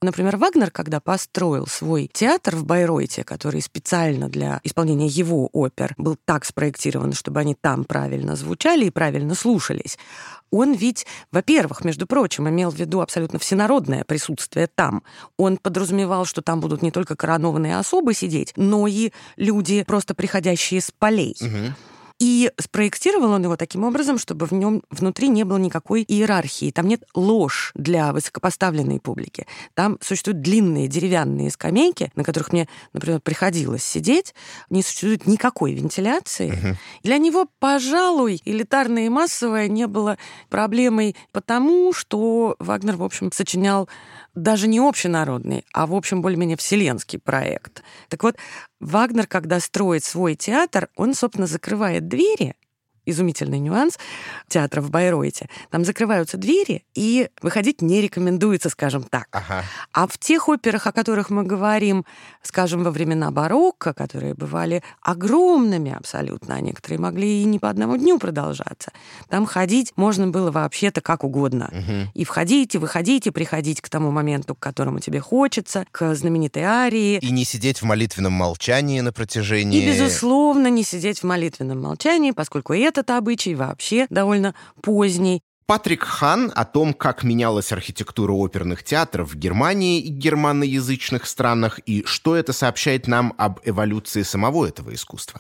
Например, Вагнер, когда построил свой театр в Байройте, который специально для исполнения его опер был так спроектирован, чтобы они там правильно звучали и правильно слушались, он ведь, во-первых, между прочим, имел в виду абсолютно всенародное присутствие там. Он подразумевал, что там будут не только коронованные особы сидеть, но и люди, просто приходящие с полей. Угу. И спроектировал он его таким образом, чтобы в нем внутри не было никакой иерархии. Там нет лож для высокопоставленной публики. Там существуют длинные деревянные скамейки, на которых мне, например, приходилось сидеть. Не существует никакой вентиляции. Uh-huh. Для него, пожалуй, элитарное и массовое не было проблемой, потому что Вагнер, в общем, сочинял даже не общенародный, а, в общем, более-менее вселенский проект. Так вот, Вагнер, когда строит свой театр, он, собственно, закрывает двери. Изумительный нюанс театра в Байройте. Там закрываются двери, и выходить не рекомендуется, скажем так. Ага. А в тех операх, о которых мы говорим, скажем, во времена барокко, которые бывали огромными абсолютно, а некоторые могли и не по одному дню продолжаться, там ходить можно было вообще-то как угодно. Угу. И входить, и выходить, и приходить к тому моменту, к которому тебе хочется, к знаменитой арии. И не сидеть в молитвенном молчании на протяжении... И, безусловно, не сидеть в молитвенном молчании, поскольку это Этот обычай вообще довольно поздний. Патрик Хан о том, как менялась архитектура оперных театров в Германии и германоязычных странах, и что это сообщает нам об эволюции самого этого искусства.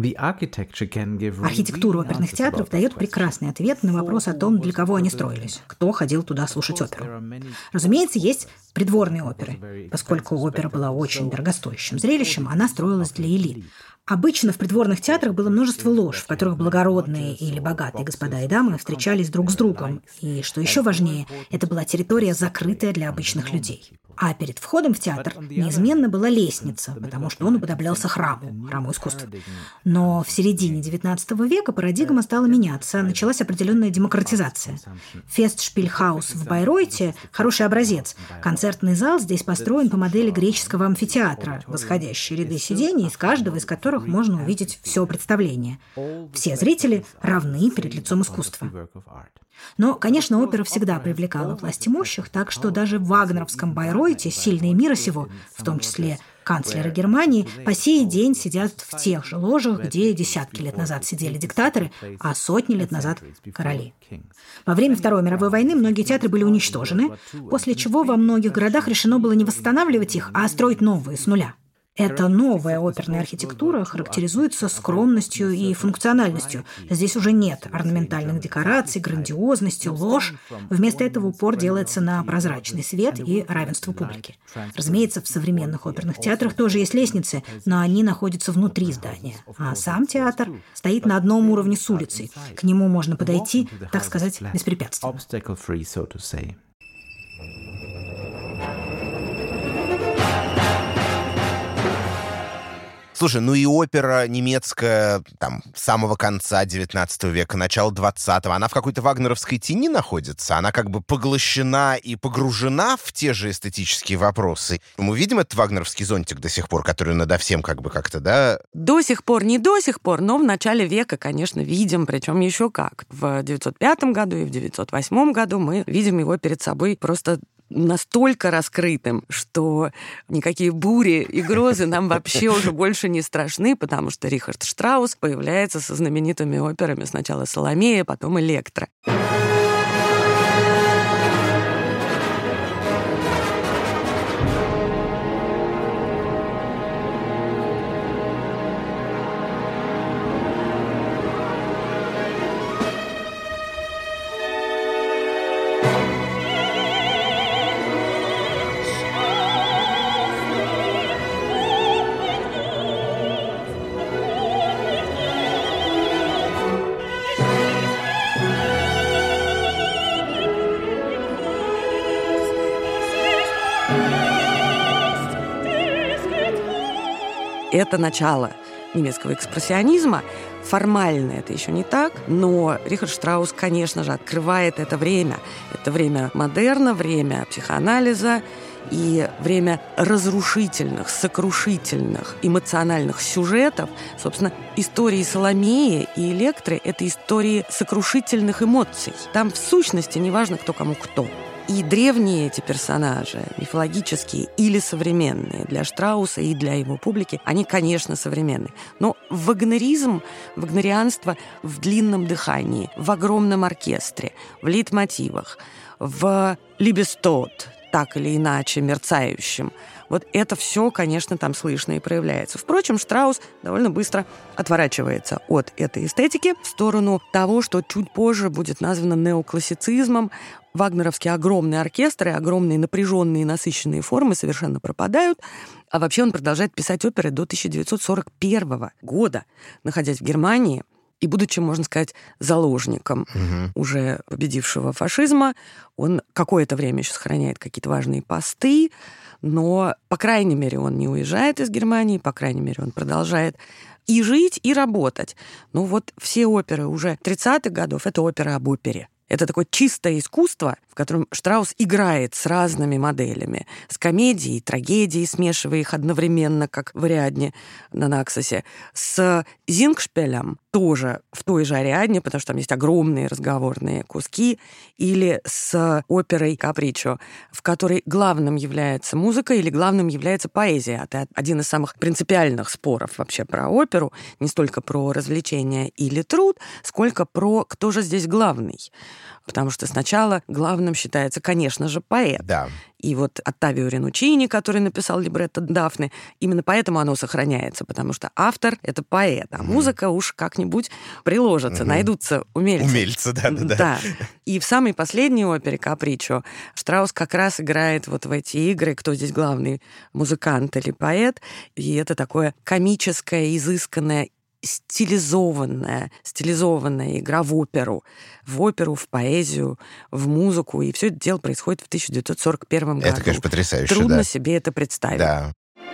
Архитектура оперных театров дает прекрасный ответ на вопрос о том, для кого они строились, кто ходил туда слушать оперу. Разумеется, есть придворные оперы. Поскольку опера была очень дорогостоящим зрелищем, она строилась для элит. Обычно в придворных театрах было множество лож, в которых благородные или богатые господа и дамы встречались друг с другом. И, что еще важнее, это была территория, закрытая для обычных людей. А перед входом в театр неизменно была лестница, потому что он уподоблялся храму, храму искусства. Но в середине девятнадцатого века парадигма стала меняться, началась определенная демократизация. Фестшпильхаус в Байройте – хороший образец. Концертный зал здесь построен по модели греческого амфитеатра, восходящие ряды сидений, из каждого из которых можно увидеть все представление. Все зрители равны перед лицом искусства. Но, конечно, опера всегда привлекала власть имущих, так что даже в вагнеровском Байройте сильные мира сего, в том числе канцлеры Германии, по сей день сидят в тех же ложах, где десятки лет назад сидели диктаторы, а сотни лет назад – короли. Во время Второй мировой войны многие театры были уничтожены, после чего во многих городах решено было не восстанавливать их, а строить новые с нуля. Эта новая оперная архитектура характеризуется скромностью и функциональностью. Здесь уже нет орнаментальных декораций, грандиозности, лож. Вместо этого упор делается на прозрачный свет и равенство публики. Разумеется, в современных оперных театрах тоже есть лестницы, но они находятся внутри здания. А сам театр стоит на одном уровне с улицей. К нему можно подойти, так сказать, беспрепятственно. Слушай, ну и опера немецкая там с самого конца девятнадцатого века, начала двадцатого, она в какой-то вагнеровской тени находится? Она как бы поглощена и погружена в те же эстетические вопросы? Мы видим этот вагнеровский зонтик до сих пор, который надо всем как бы как-то, да? До сих пор, не до сих пор, но в начале века, конечно, видим, причем еще как. В девятьсот пятом году и в девятьсот восьмом году мы видим его перед собой просто настолько раскрытым, что никакие бури и грозы нам вообще уже больше не страшны, потому что Рихард Штраус появляется со знаменитыми операми сначала «Соломея», потом «Электра». Это начало немецкого экспрессионизма. Формально это еще не так, но Рихард Штраус, конечно же, открывает это время. Это время модерна, время психоанализа и время разрушительных, сокрушительных, эмоциональных сюжетов. Собственно, истории Соломеи и Электры — это истории сокрушительных эмоций. Там в сущности неважно, кто кому кто. И древние эти персонажи, мифологические или современные, для Штрауса и для его публики, они, конечно, современные. Но вагнеризм, вагнерианство в длинном дыхании, в огромном оркестре, в лейтмотивах, в либестот, так или иначе мерцающем, вот это все, конечно, там слышно и проявляется. Впрочем, Штраус довольно быстро отворачивается от этой эстетики в сторону того, что чуть позже будет названо неоклассицизмом. Вагнеровские огромные оркестры, огромные напряженные насыщенные формы совершенно пропадают. А вообще он продолжает писать оперы до тысяча девятьсот сорок первого года, находясь в Германии и будучи, можно сказать, заложником угу. уже победившего фашизма. Он какое-то время еще сохраняет какие-то важные посты, но, по крайней мере, он не уезжает из Германии, по крайней мере, он продолжает и жить, и работать. Ну вот все оперы уже тридцатых годов — это оперы об опере. Это такое чистое искусство, в котором Штраус играет с разными моделями. С комедией, трагедией, смешивая их одновременно, как в Ариадне на Наксосе. С Зингшпилем тоже в той же Ариадне, потому что там есть огромные разговорные куски. Или с оперой «Капричо», в которой главным является музыка или главным является поэзия. Это один из самых принципиальных споров вообще про оперу. Не столько про развлечение или труд, сколько про кто же здесь главный. Потому что сначала главным считается, конечно же, поэт. Да. И вот Оттавио Ринуччини, который написал либретто Дафны, именно поэтому оно сохраняется, потому что автор — это поэт, а mm. музыка уж как-нибудь приложится, mm-hmm. найдутся умельцы. Умельцы, да-да-да. Да. И в самой последней опере «Капричо» Штраус как раз играет вот в эти игры, кто здесь главный, музыкант или поэт, и это такое комическое, изысканное, стилизованная, стилизованная игра в оперу. В оперу, в поэзию, в музыку. И все это дело происходит в тысяча девятьсот сорок первом году. Это, конечно, потрясающе, Трудно да. себе это представить. Да.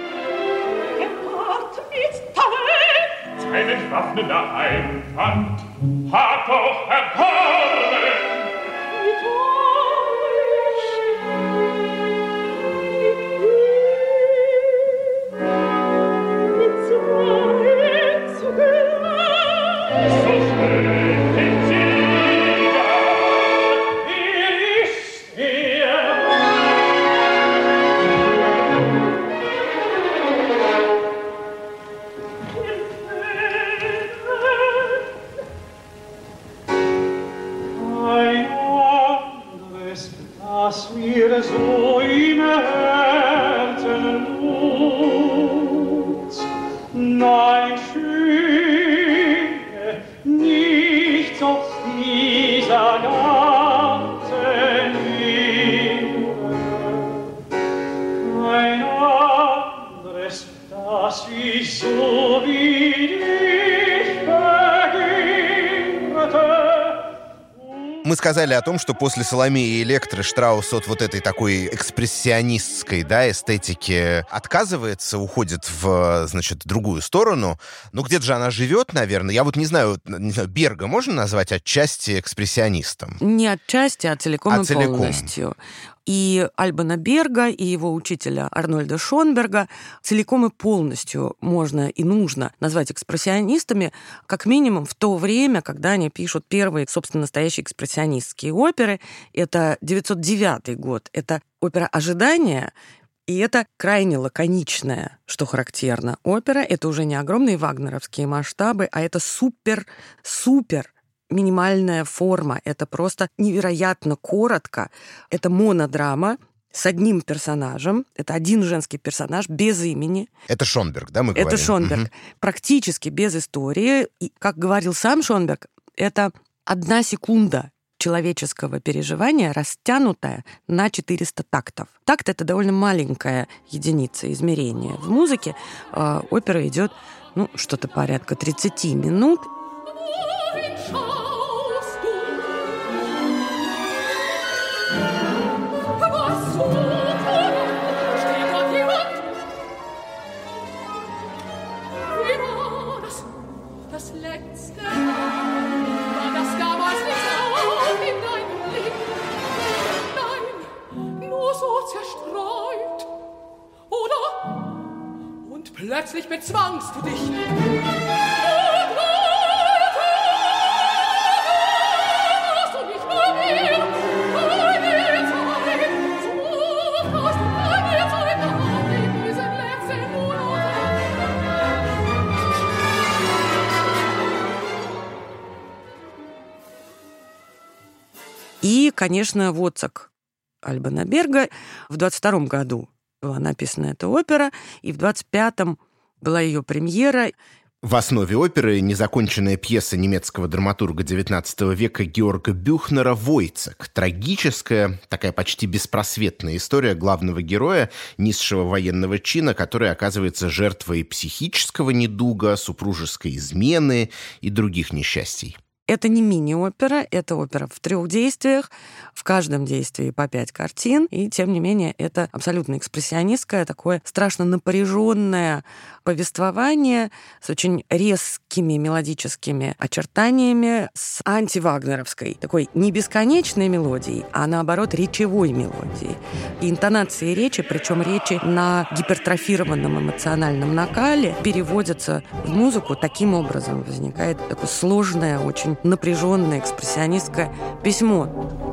dass mir so im Herzen ruht. Nein, schöne, nichts aus dieser ganzen Liebe. Kein anderes, das ich so wie dich begehrte. Мы сказали о том, что после «Соломеи» и «Электры» Штраус от вот этой такой экспрессионистской, да, эстетики отказывается, уходит в, значит, другую сторону. Ну, где-то же она живет, наверное. Я вот не знаю, не знаю, Берга можно назвать отчасти экспрессионистом? Не отчасти, а целиком а и целиком. полностью. И Альбана Берга, и его учителя Арнольда Шонберга целиком и полностью можно и нужно назвать экспрессионистами, как минимум в то время, когда они пишут первые, собственно, настоящие экспрессионистские оперы. Это девятьсот девятый год. Это опера «Ожидание», и это крайне лаконичная, что характерно, опера. Это уже не огромные вагнеровские масштабы, а это супер-супер минимальная форма. Это просто невероятно коротко. Это монодрама с одним персонажем. Это один женский персонаж без имени. Это Шонберг, да, мы говорим? Это Шонберг. Угу. Практически без истории. И, как говорил сам Шонберг, это одна секунда человеческого переживания, растянутая на четыреста тактов. Такт — это довольно маленькая единица измерения. В музыке э, опера идет, ну, что-то порядка тридцать минут. So zerstreut Plötzlich bezwangst du dich. И, конечно, в Отцак Альбана Берга в двадцать втором году была написана эта опера, и в двадцать пятом была ее премьера. В основе оперы незаконченная пьеса немецкого драматурга девятнадцатого века Георга Бюхнера «Войцек». Трагическая, такая почти беспросветная история главного героя, низшего военного чина, который оказывается жертвой психического недуга, супружеской измены и других несчастий. Это не мини-опера, это опера в трех действиях, в каждом действии по пять картин, и, тем не менее, это абсолютно экспрессионистское, такое страшно напряженное повествование с очень резкими мелодическими очертаниями, с антивагнеровской, такой не бесконечной мелодией, а, наоборот, речевой мелодией. И интонации речи, причем речи на гипертрофированном эмоциональном накале, переводятся в музыку таким образом. Возникает такое сложное, очень напряженное экспрессионистское письмо.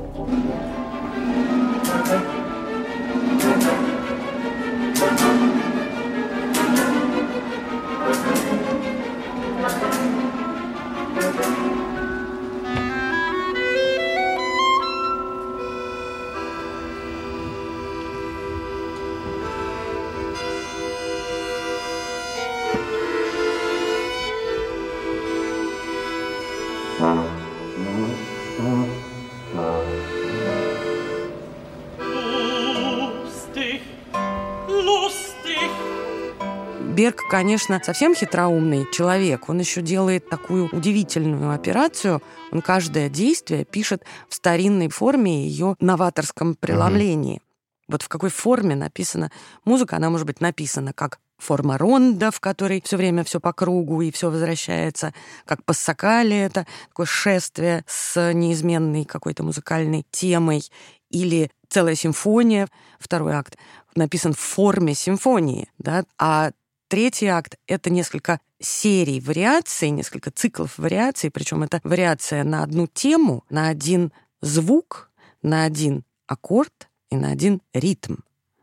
Берг, конечно, совсем хитроумный человек. Он еще делает такую удивительную операцию. Он каждое действие пишет в старинной форме, ее новаторском преломлении. Mm-hmm. Вот в какой форме написана музыка, она может быть написана как форма ронда, в которой все время все по кругу и все возвращается, как пассакали, это такое шествие с неизменной какой-то музыкальной темой, или целая симфония, второй акт, написан в форме симфонии, да, а третий акт — это несколько серий вариаций, несколько циклов вариаций, причем это вариация на одну тему, на один звук, на один аккорд и на один ритм.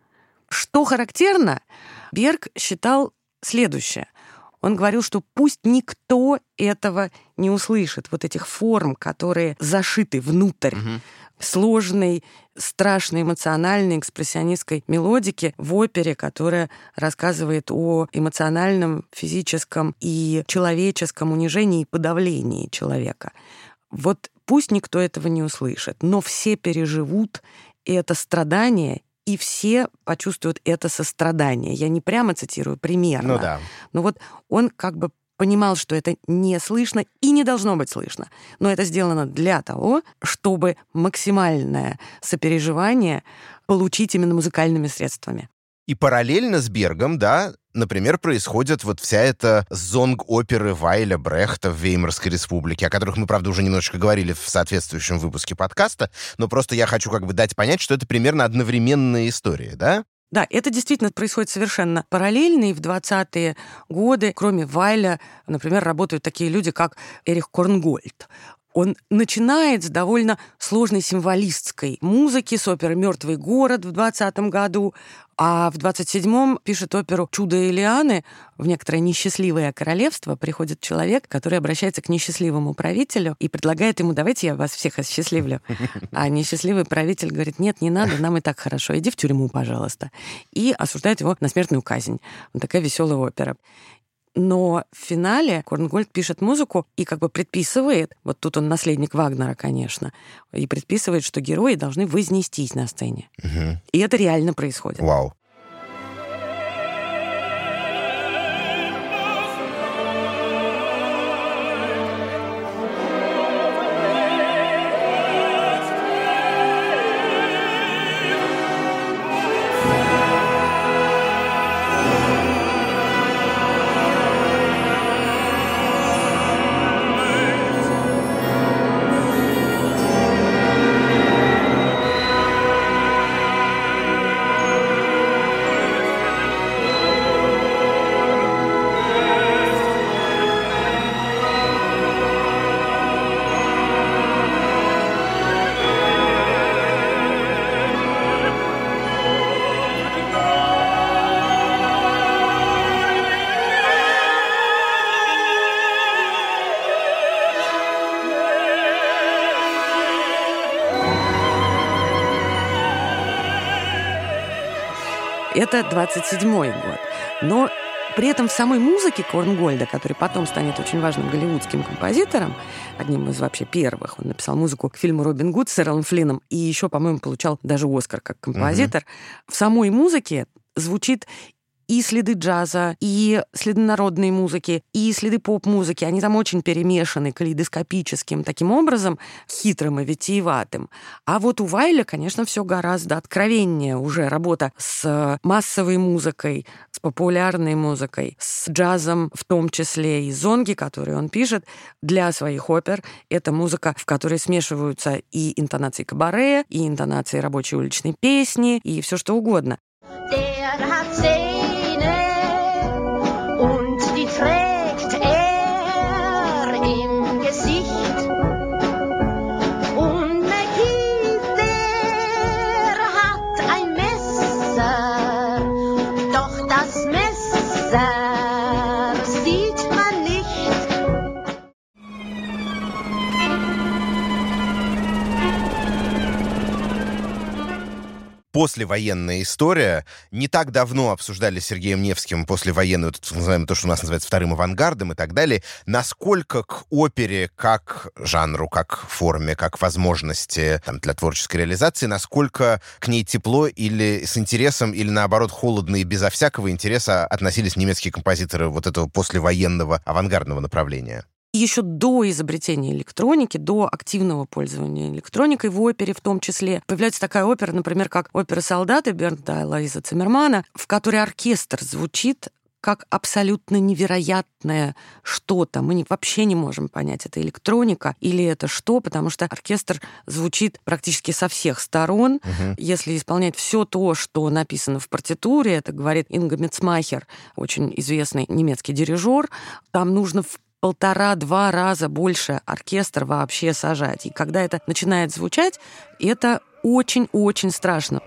Что характерно, Берг считал следующее. Он говорил, что пусть никто этого не услышит, вот этих форм, которые зашиты внутрь угу. сложной, страшной, эмоциональной, экспрессионистской мелодики в опере, которая рассказывает о эмоциональном, физическом и человеческом унижении и подавлении человека. Вот пусть никто этого не услышит, но все переживут это страдание, и все почувствуют это сострадание. Я не прямо цитирую, примерно. Ну да. Но вот он как бы понимал, что это не слышно и не должно быть слышно. Но это сделано для того, чтобы максимальное сопереживание получить именно музыкальными средствами. И параллельно с Бергом, да, например, происходит вот вся эта зонг-оперы Вайля Брехта в Веймарской республике, о которых мы, правда, уже немножечко говорили в соответствующем выпуске подкаста, но просто я хочу как бы дать понять, что это примерно одновременная история, да? Да, это действительно происходит совершенно параллельно, и в двадцатые годы, кроме Вайля, например, работают такие люди, как Эрих Корнгольд. Он начинает с довольно сложной символистской музыки, с оперы «Мертвый город» в двадцатом году, а в двадцать седьмом пишет оперу «Чудо Элианы». В некоторое несчастливое королевство приходит человек, который обращается к несчастливому правителю и предлагает ему: давайте я вас всех осчастливлю. А несчастливый правитель говорит: нет, не надо, нам и так хорошо, иди в тюрьму, пожалуйста. И осуждает его на смертную казнь. Вот такая веселая опера. Но в финале Корнгольд пишет музыку и как бы предписывает, вот тут он наследник Вагнера, конечно, и предписывает, что герои должны вознестись на сцене. Угу. И это реально происходит. Вау. Это двадцать седьмой год. Но при этом в самой музыке Корнгольда, который потом станет очень важным голливудским композитором, одним из вообще первых, он написал музыку к фильму «Робин Гуд» с Эрлом Флинном и еще, по-моему, получал даже Оскар как композитор. Mm-hmm. В самой музыке звучит и следы джаза, и следы народной музыки, и следы поп-музыки. Они там очень перемешаны калейдоскопическим таким образом, хитрым и витиеватым. А вот у Вайля, конечно, все гораздо откровеннее уже. Работа с массовой музыкой, с популярной музыкой, с джазом, в том числе и зонги, которые он пишет для своих опер. Это музыка, в которой смешиваются и интонации кабаре, и интонации рабочей уличной песни, и все что угодно. Und die trägt er im Gesicht. Und McKee, der hat ein Messer, doch das Messer sieht man nicht. Послевоенная история. Не так давно обсуждали с Сергеем Невским послевоенную, называем то, что у нас называется вторым авангардом и так далее, насколько к опере как жанру, как форме, как возможности там, для творческой реализации, насколько к ней тепло или с интересом, или наоборот холодно и безо всякого интереса относились немецкие композиторы вот этого послевоенного авангардного направления. Еще до изобретения электроники, до активного пользования электроникой в опере в том числе, появляется такая опера, например, как опера «Солдаты» Бернта Лоиза Циммермана, в которой оркестр звучит как абсолютно невероятное что-то. Мы не, вообще не можем понять, это электроника или это что, потому что оркестр звучит практически со всех сторон. Uh-huh. Если исполнять все то, что написано в партитуре, это говорит Инга Мецмахер, очень известный немецкий дирижер, там нужно в полтора-два раза больше оркестр вообще сажать. И когда это начинает звучать, это очень-очень страшно.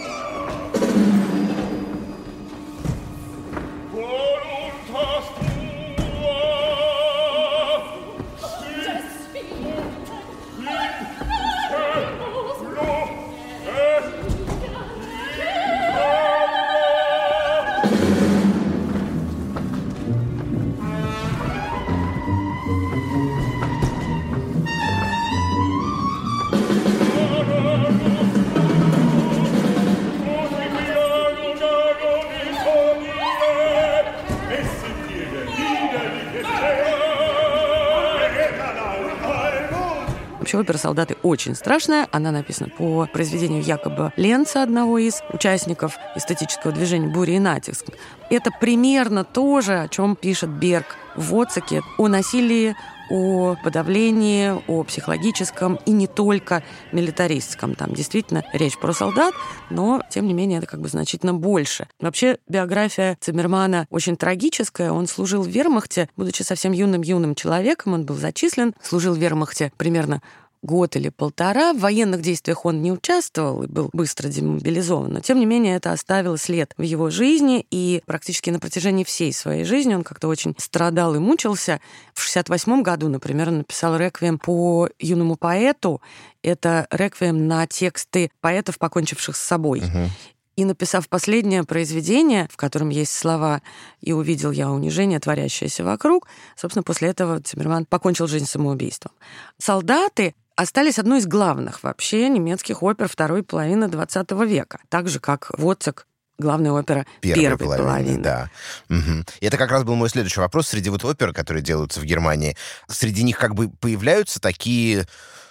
Опера «Солдаты» очень страшная. Она написана по произведению Якоба Ленца, одного из участников эстетического движения «Буря и натиск». Это примерно то же, о чем пишет Берг в «Воцаке», о насилии, о подавлении, о психологическом и не только милитаристском. Там действительно речь про солдат, но, тем не менее, это как бы значительно больше. Вообще, биография Циммермана очень трагическая. Он служил в вермахте, будучи совсем юным-юным человеком, он был зачислен, служил в вермахте примерно год или полтора. В военных действиях он не участвовал и был быстро демобилизован, но, тем не менее, это оставило след в его жизни, и практически на протяжении всей своей жизни он как-то очень страдал и мучился. В шестьдесят восьмом году, например, он написал реквием по юному поэту. Это реквием на тексты поэтов, покончивших с собой. Uh-huh. И, написав последнее произведение, в котором есть слова «И увидел я унижение, творящееся вокруг», собственно, после этого Циммерман покончил жизнь самоубийством. «Солдаты» остались одной из главных вообще немецких опер второй половины двадцатого века, так же, как «Воцак», главная опера первой, первой половины. половины. Да. Угу. И это как раз был мой следующий вопрос. Среди вот опер, которые делаются в Германии, среди них как бы появляются такие...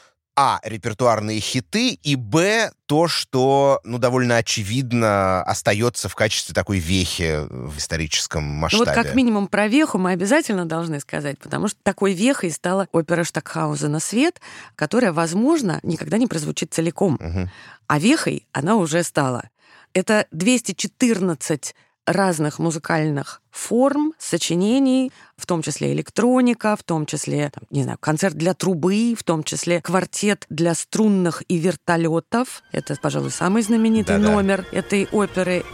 А, репертуарные хиты, и Б, то, что, ну, довольно очевидно остается в качестве такой вехи в историческом масштабе. Ну, вот как минимум про веху мы обязательно должны сказать, потому что такой вехой стала опера Штокхаузена «Свет», которая, возможно, никогда не прозвучит целиком. Угу. А вехой она уже стала. Это двести четырнадцать разных музыкальных форм, сочинений, в том числе электроника, в том числе, там, не знаю, концерт для трубы, в том числе квартет для струнных и вертолетов. Это, пожалуй, самый знаменитый Да-да. номер этой оперы.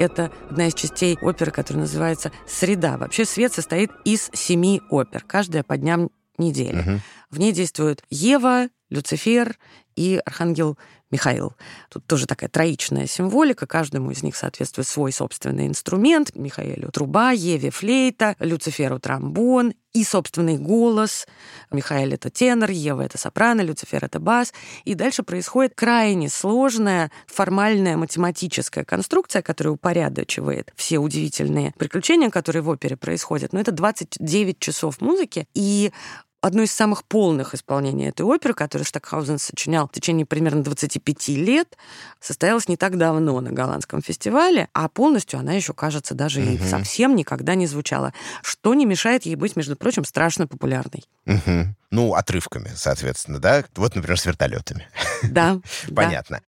Это одна из частей оперы, которая называется «Среда». Вообще свет состоит из семи опер, каждая по дням недели. Угу. В ней действуют Ева, Люцифер и архангел Михаил. Тут тоже такая троичная символика. Каждому из них соответствует свой собственный инструмент. Михаилу труба, Еве флейта, Люциферу тромбон и собственный голос. Михаил — это тенор, Ева — это сопрано, Люцифер — это бас. И дальше происходит крайне сложная формальная математическая конструкция, которая упорядочивает все удивительные приключения, которые в опере происходят. Но это двадцать девять часов музыки, и одно из самых полных исполнений этой оперы, которую Стокхаузен сочинял в течение примерно двадцати пяти лет, состоялась не так давно на голландском фестивале, а полностью она еще, кажется, даже угу. и совсем никогда не звучала, что не мешает ей быть, между прочим, страшно популярной. Угу. Ну, отрывками, соответственно, да? Вот, например, с вертолетами. Да. Понятно.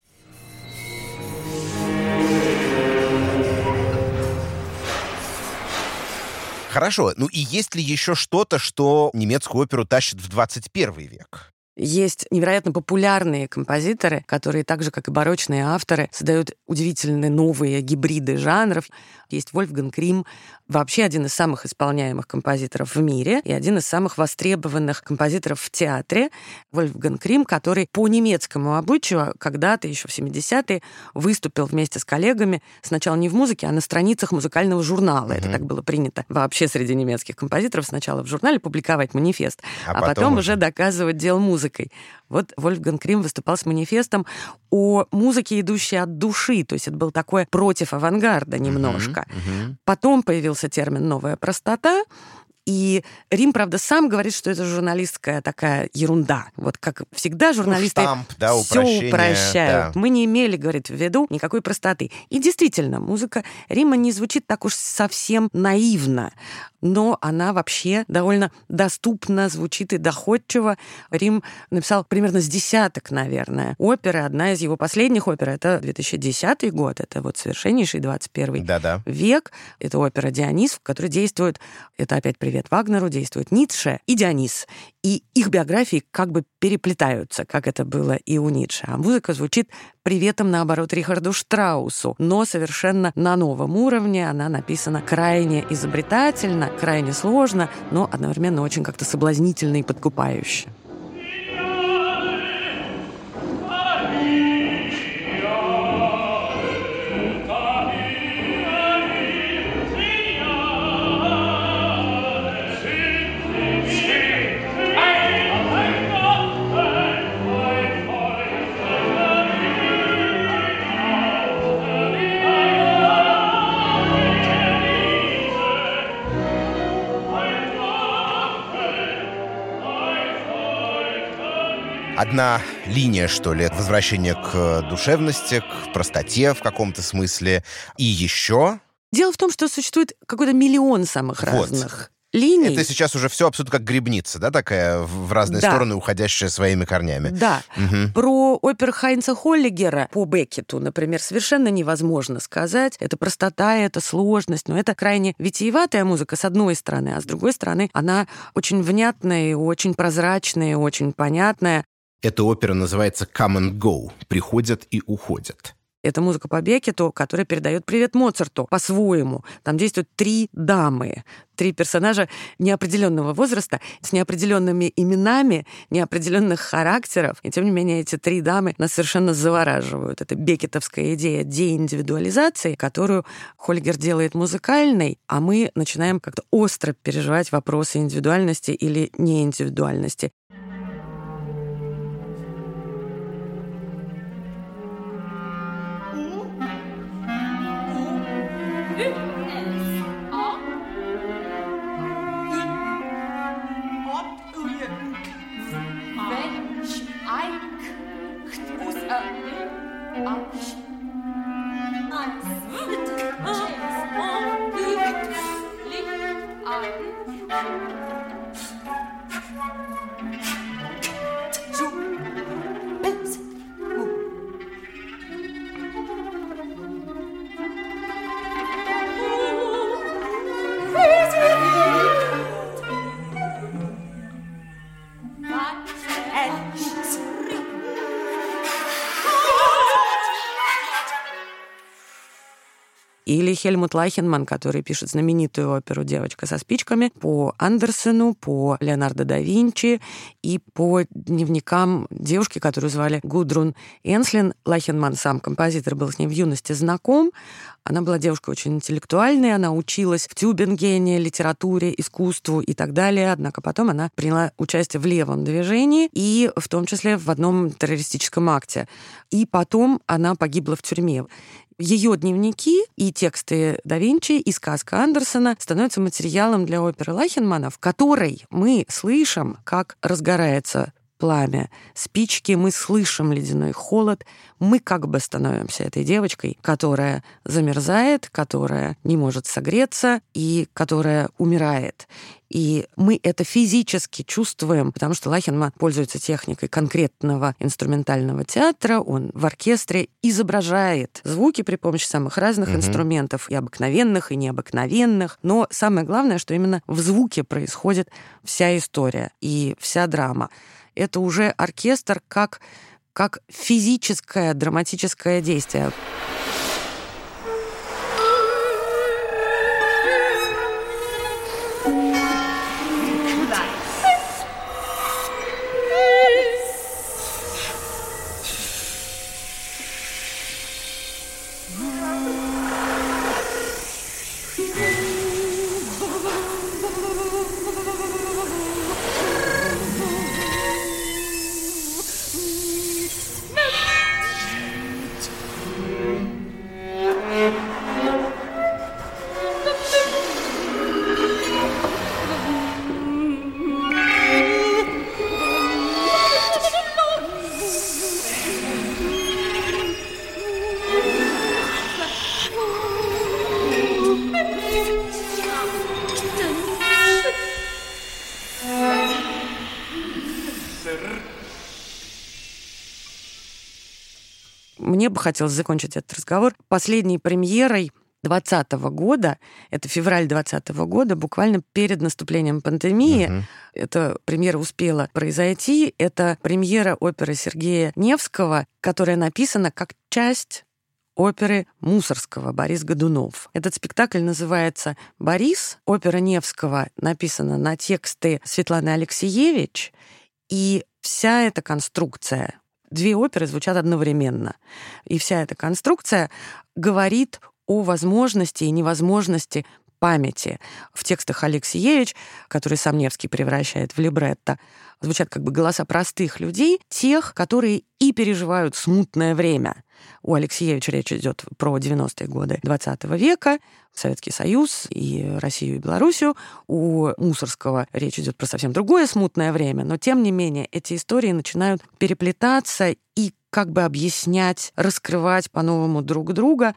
Хорошо. Ну и есть ли еще что-то, что немецкую оперу тащит в двадцать первый век? Есть невероятно популярные композиторы, которые, так же, как и барочные авторы, создают удивительные новые гибриды жанров. Есть Вольфганг Рим, вообще один из самых исполняемых композиторов в мире и один из самых востребованных композиторов в театре. Вольфганг Рим, который по немецкому обычаю когда-то, еще в семидесятые, выступил вместе с коллегами сначала не в музыке, а на страницах музыкального журнала. Mm-hmm. Это так было принято вообще среди немецких композиторов. Сначала в журнале публиковать манифест, а, а потом, потом уже доказывать дело музыкой. Вот Вольфганг Рим выступал с манифестом о музыке, идущей от души. То есть это был такой против авангарда немножко. Uh-huh, uh-huh. Потом появился термин «новая простота». И Рим, правда, сам говорит, что это журналистская такая ерунда. Вот как всегда журналисты ну, штамп, да, все упрощают. Да. Мы не имели, говорит, в виду никакой простоты. И действительно, музыка Рима не звучит так уж совсем наивно, но она вообще довольно доступно звучит и доходчиво. Рим написал примерно с десяток, наверное, оперы. Одна из его последних опер — это две тысячи десятый год, это вот совершеннейший двадцать первый Да-да. век. Это опера «Дионис», в которой действует, это опять привет Вагнеру, действует Ницше и Дионис. И их биографии как бы переплетаются, как это было и у Ницше. А музыка звучит приветом, наоборот, Рихарду Штраусу, но совершенно на новом уровне. Она написана крайне изобретательно, крайне сложно, но одновременно очень как-то соблазнительно и подкупающе. Одна линия, что ли, возвращение к душевности, к простоте в каком-то смысле. И еще... Дело в том, что существует какой-то миллион самых вот. разных линий. Это сейчас уже все абсолютно как грибница, да, такая в разные да. стороны, уходящая своими корнями. Да. Угу. Про оперу Хайнца Холлигера по Беккету, например, совершенно невозможно сказать. Это простота, это сложность, но это крайне витиеватая музыка, с одной стороны, а с другой стороны она очень внятная, очень прозрачная, очень понятная. Эта опера называется «Come and Go» — «Приходят и уходят». Это музыка по Беккету, которая передает привет Моцарту по-своему. Там действуют три дамы, три персонажа неопределенного возраста, с неопределенными именами, неопределенных характеров. И тем не менее эти три дамы нас совершенно завораживают. Это беккетовская идея деиндивидуализации, которую Холлигер делает музыкальной, а мы начинаем как-то остро переживать вопросы индивидуальности или неиндивидуальности. Или Хельмут Лайхенман, который пишет знаменитую оперу «Девочка со спичками» по Андерсену, по Леонардо да Винчи и по дневникам девушки, которую звали Гудрун Энслин. Лайхенман, сам композитор, был с ней в юности знаком. Она была девушкой очень интеллектуальной, она училась в Тюбингене, литературе, искусству и так далее. Однако потом она приняла участие в левом движении и в том числе в одном террористическом акте. И потом она погибла в тюрьме. Ее дневники и тексты да Винчи, и сказка Андерсена становятся материалом для оперы Лайхенмана, в которой мы слышим, как разгорается пламя спички, мы слышим ледяной холод, мы как бы становимся этой девочкой, которая замерзает, которая не может согреться и которая умирает. И мы это физически чувствуем, потому что Лайхенман пользуется техникой конкретного инструментального театра, он в оркестре изображает звуки при помощи самых разных mm-hmm. инструментов, и обыкновенных, и необыкновенных. Но самое главное, что именно в звуке происходит вся история и вся драма. Это уже оркестр как, как физическое драматическое действие. Мне бы хотелось закончить этот разговор последней премьерой двадцатого года, это февраль двадцатого года, буквально перед наступлением пандемии. Uh-huh. Эта премьера успела произойти. Это премьера оперы Сергея Невского, которая написана как часть оперы Мусоргского «Борис Годунов». Этот спектакль называется «Борис». Опера Невского написана на тексты Светланы Алексеевич, и вся эта конструкция, две оперы звучат одновременно, и вся эта конструкция говорит о возможности и невозможности памяти. В текстах Алексеевич, который сам Невский превращает в либретто, звучат как бы голоса простых людей, тех, которые и переживают смутное время. У Алексеевича речь идет про девяностые годы двадцатого века, Советский Союз и Россию и Белоруссию. У Мусоргского речь идет про совсем другое смутное время, но тем не менее эти истории начинают переплетаться и как бы объяснять, раскрывать по-новому друг друга.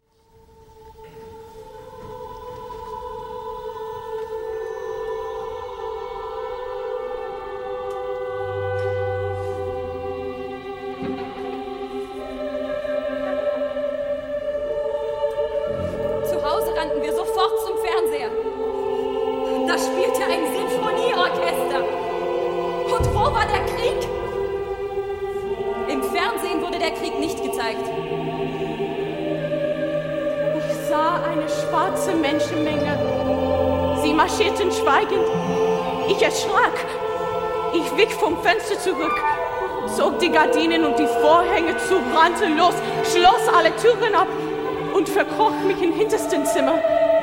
Marschierten schweigend. Ich erschrak. Ich wich vom Fenster zurück, zog die Gardinen und die Vorhänge zu, rannte los, schloss alle Türen ab und verkroch mich im hintersten Zimmer.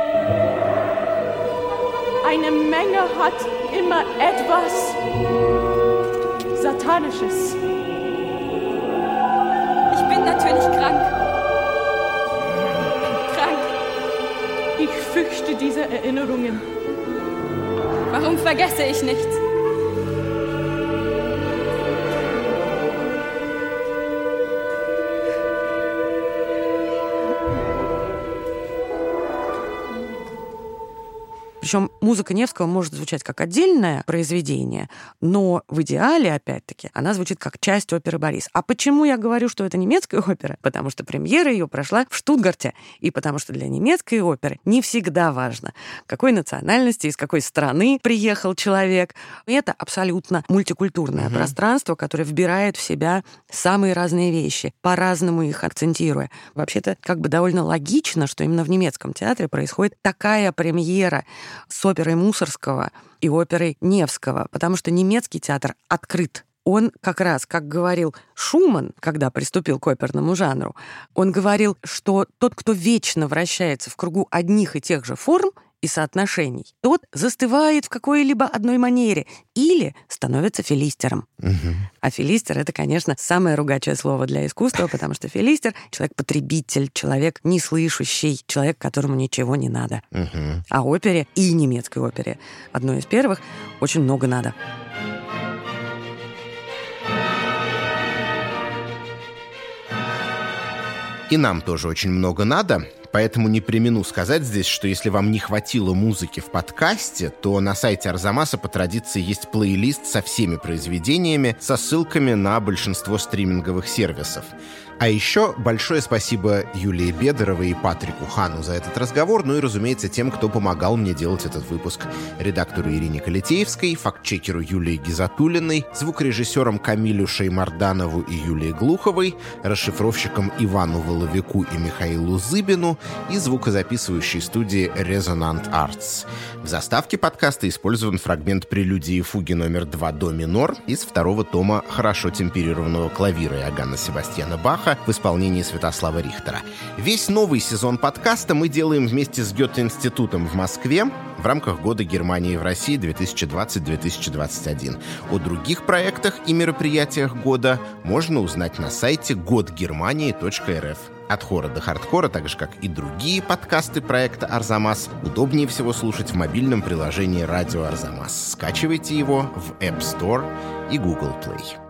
Eine Menge hat immer etwas Satanisches. Ich bin natürlich krank. Krank. Ich fürchte diese Erinnerungen. Warum vergesse ich nichts? Причем музыка Невского может звучать как отдельное произведение, но в идеале, опять-таки, она звучит как часть оперы «Борис». А почему я говорю, что это немецкая опера? Потому что премьера ее прошла в Штутгарте, и потому что для немецкой оперы не всегда важно, какой национальности, из какой страны приехал человек. Это абсолютно мультикультурное угу. пространство, которое вбирает в себя самые разные вещи, по-разному их акцентируя. Вообще-то как бы довольно логично, что именно в немецком театре происходит такая премьера с оперой Мусоргского и оперой Невского, потому что немецкий театр открыт. Он как раз, как говорил Шуман, когда приступил к оперному жанру, он говорил, что тот, кто вечно вращается в кругу одних и тех же форм и соотношений, тот застывает в какой-либо одной манере или становится филистером. Угу. А филистер — это, конечно, самое ругачее слово для искусства, потому что филистер — человек-потребитель, человек неслышащий, человек, которому ничего не надо. Угу. А опере, и немецкой опере, одной из первых, очень много надо. И нам тоже очень много надо, поэтому не премину сказать здесь, что если вам не хватило музыки в подкасте, то на сайте Арзамаса по традиции есть плейлист со всеми произведениями, со ссылками на большинство стриминговых сервисов. А еще большое спасибо Юлии Бедоровой и Патрику Хану за этот разговор, ну и, разумеется, тем, кто помогал мне делать этот выпуск. Редактору Ирине Калитеевской, фактчекеру Юлии Гизатуллиной, звукорежиссерам Камилю Шеймарданову и Юлии Глуховой, расшифровщикам Ивану Воловику и Михаилу Зыбину и звукозаписывающей студии Resonant Arts. В заставке подкаста использован фрагмент прелюдии фуги номер два до минор из второго тома хорошо темперированного клавира Иоганна Себастьяна Баха в исполнении Святослава Рихтера. Весь новый сезон подкаста мы делаем вместе с Гёте-институтом в Москве в рамках Года Германии в России две тысячи двадцать - две тысячи двадцать один. О других проектах и мероприятиях года можно узнать на сайте год германии точка эр эф. От хора до хардкора, так же, как и другие подкасты проекта «Арзамас», удобнее всего слушать в мобильном приложении «Радио Арзамас». Скачивайте его в App Store и Google Play.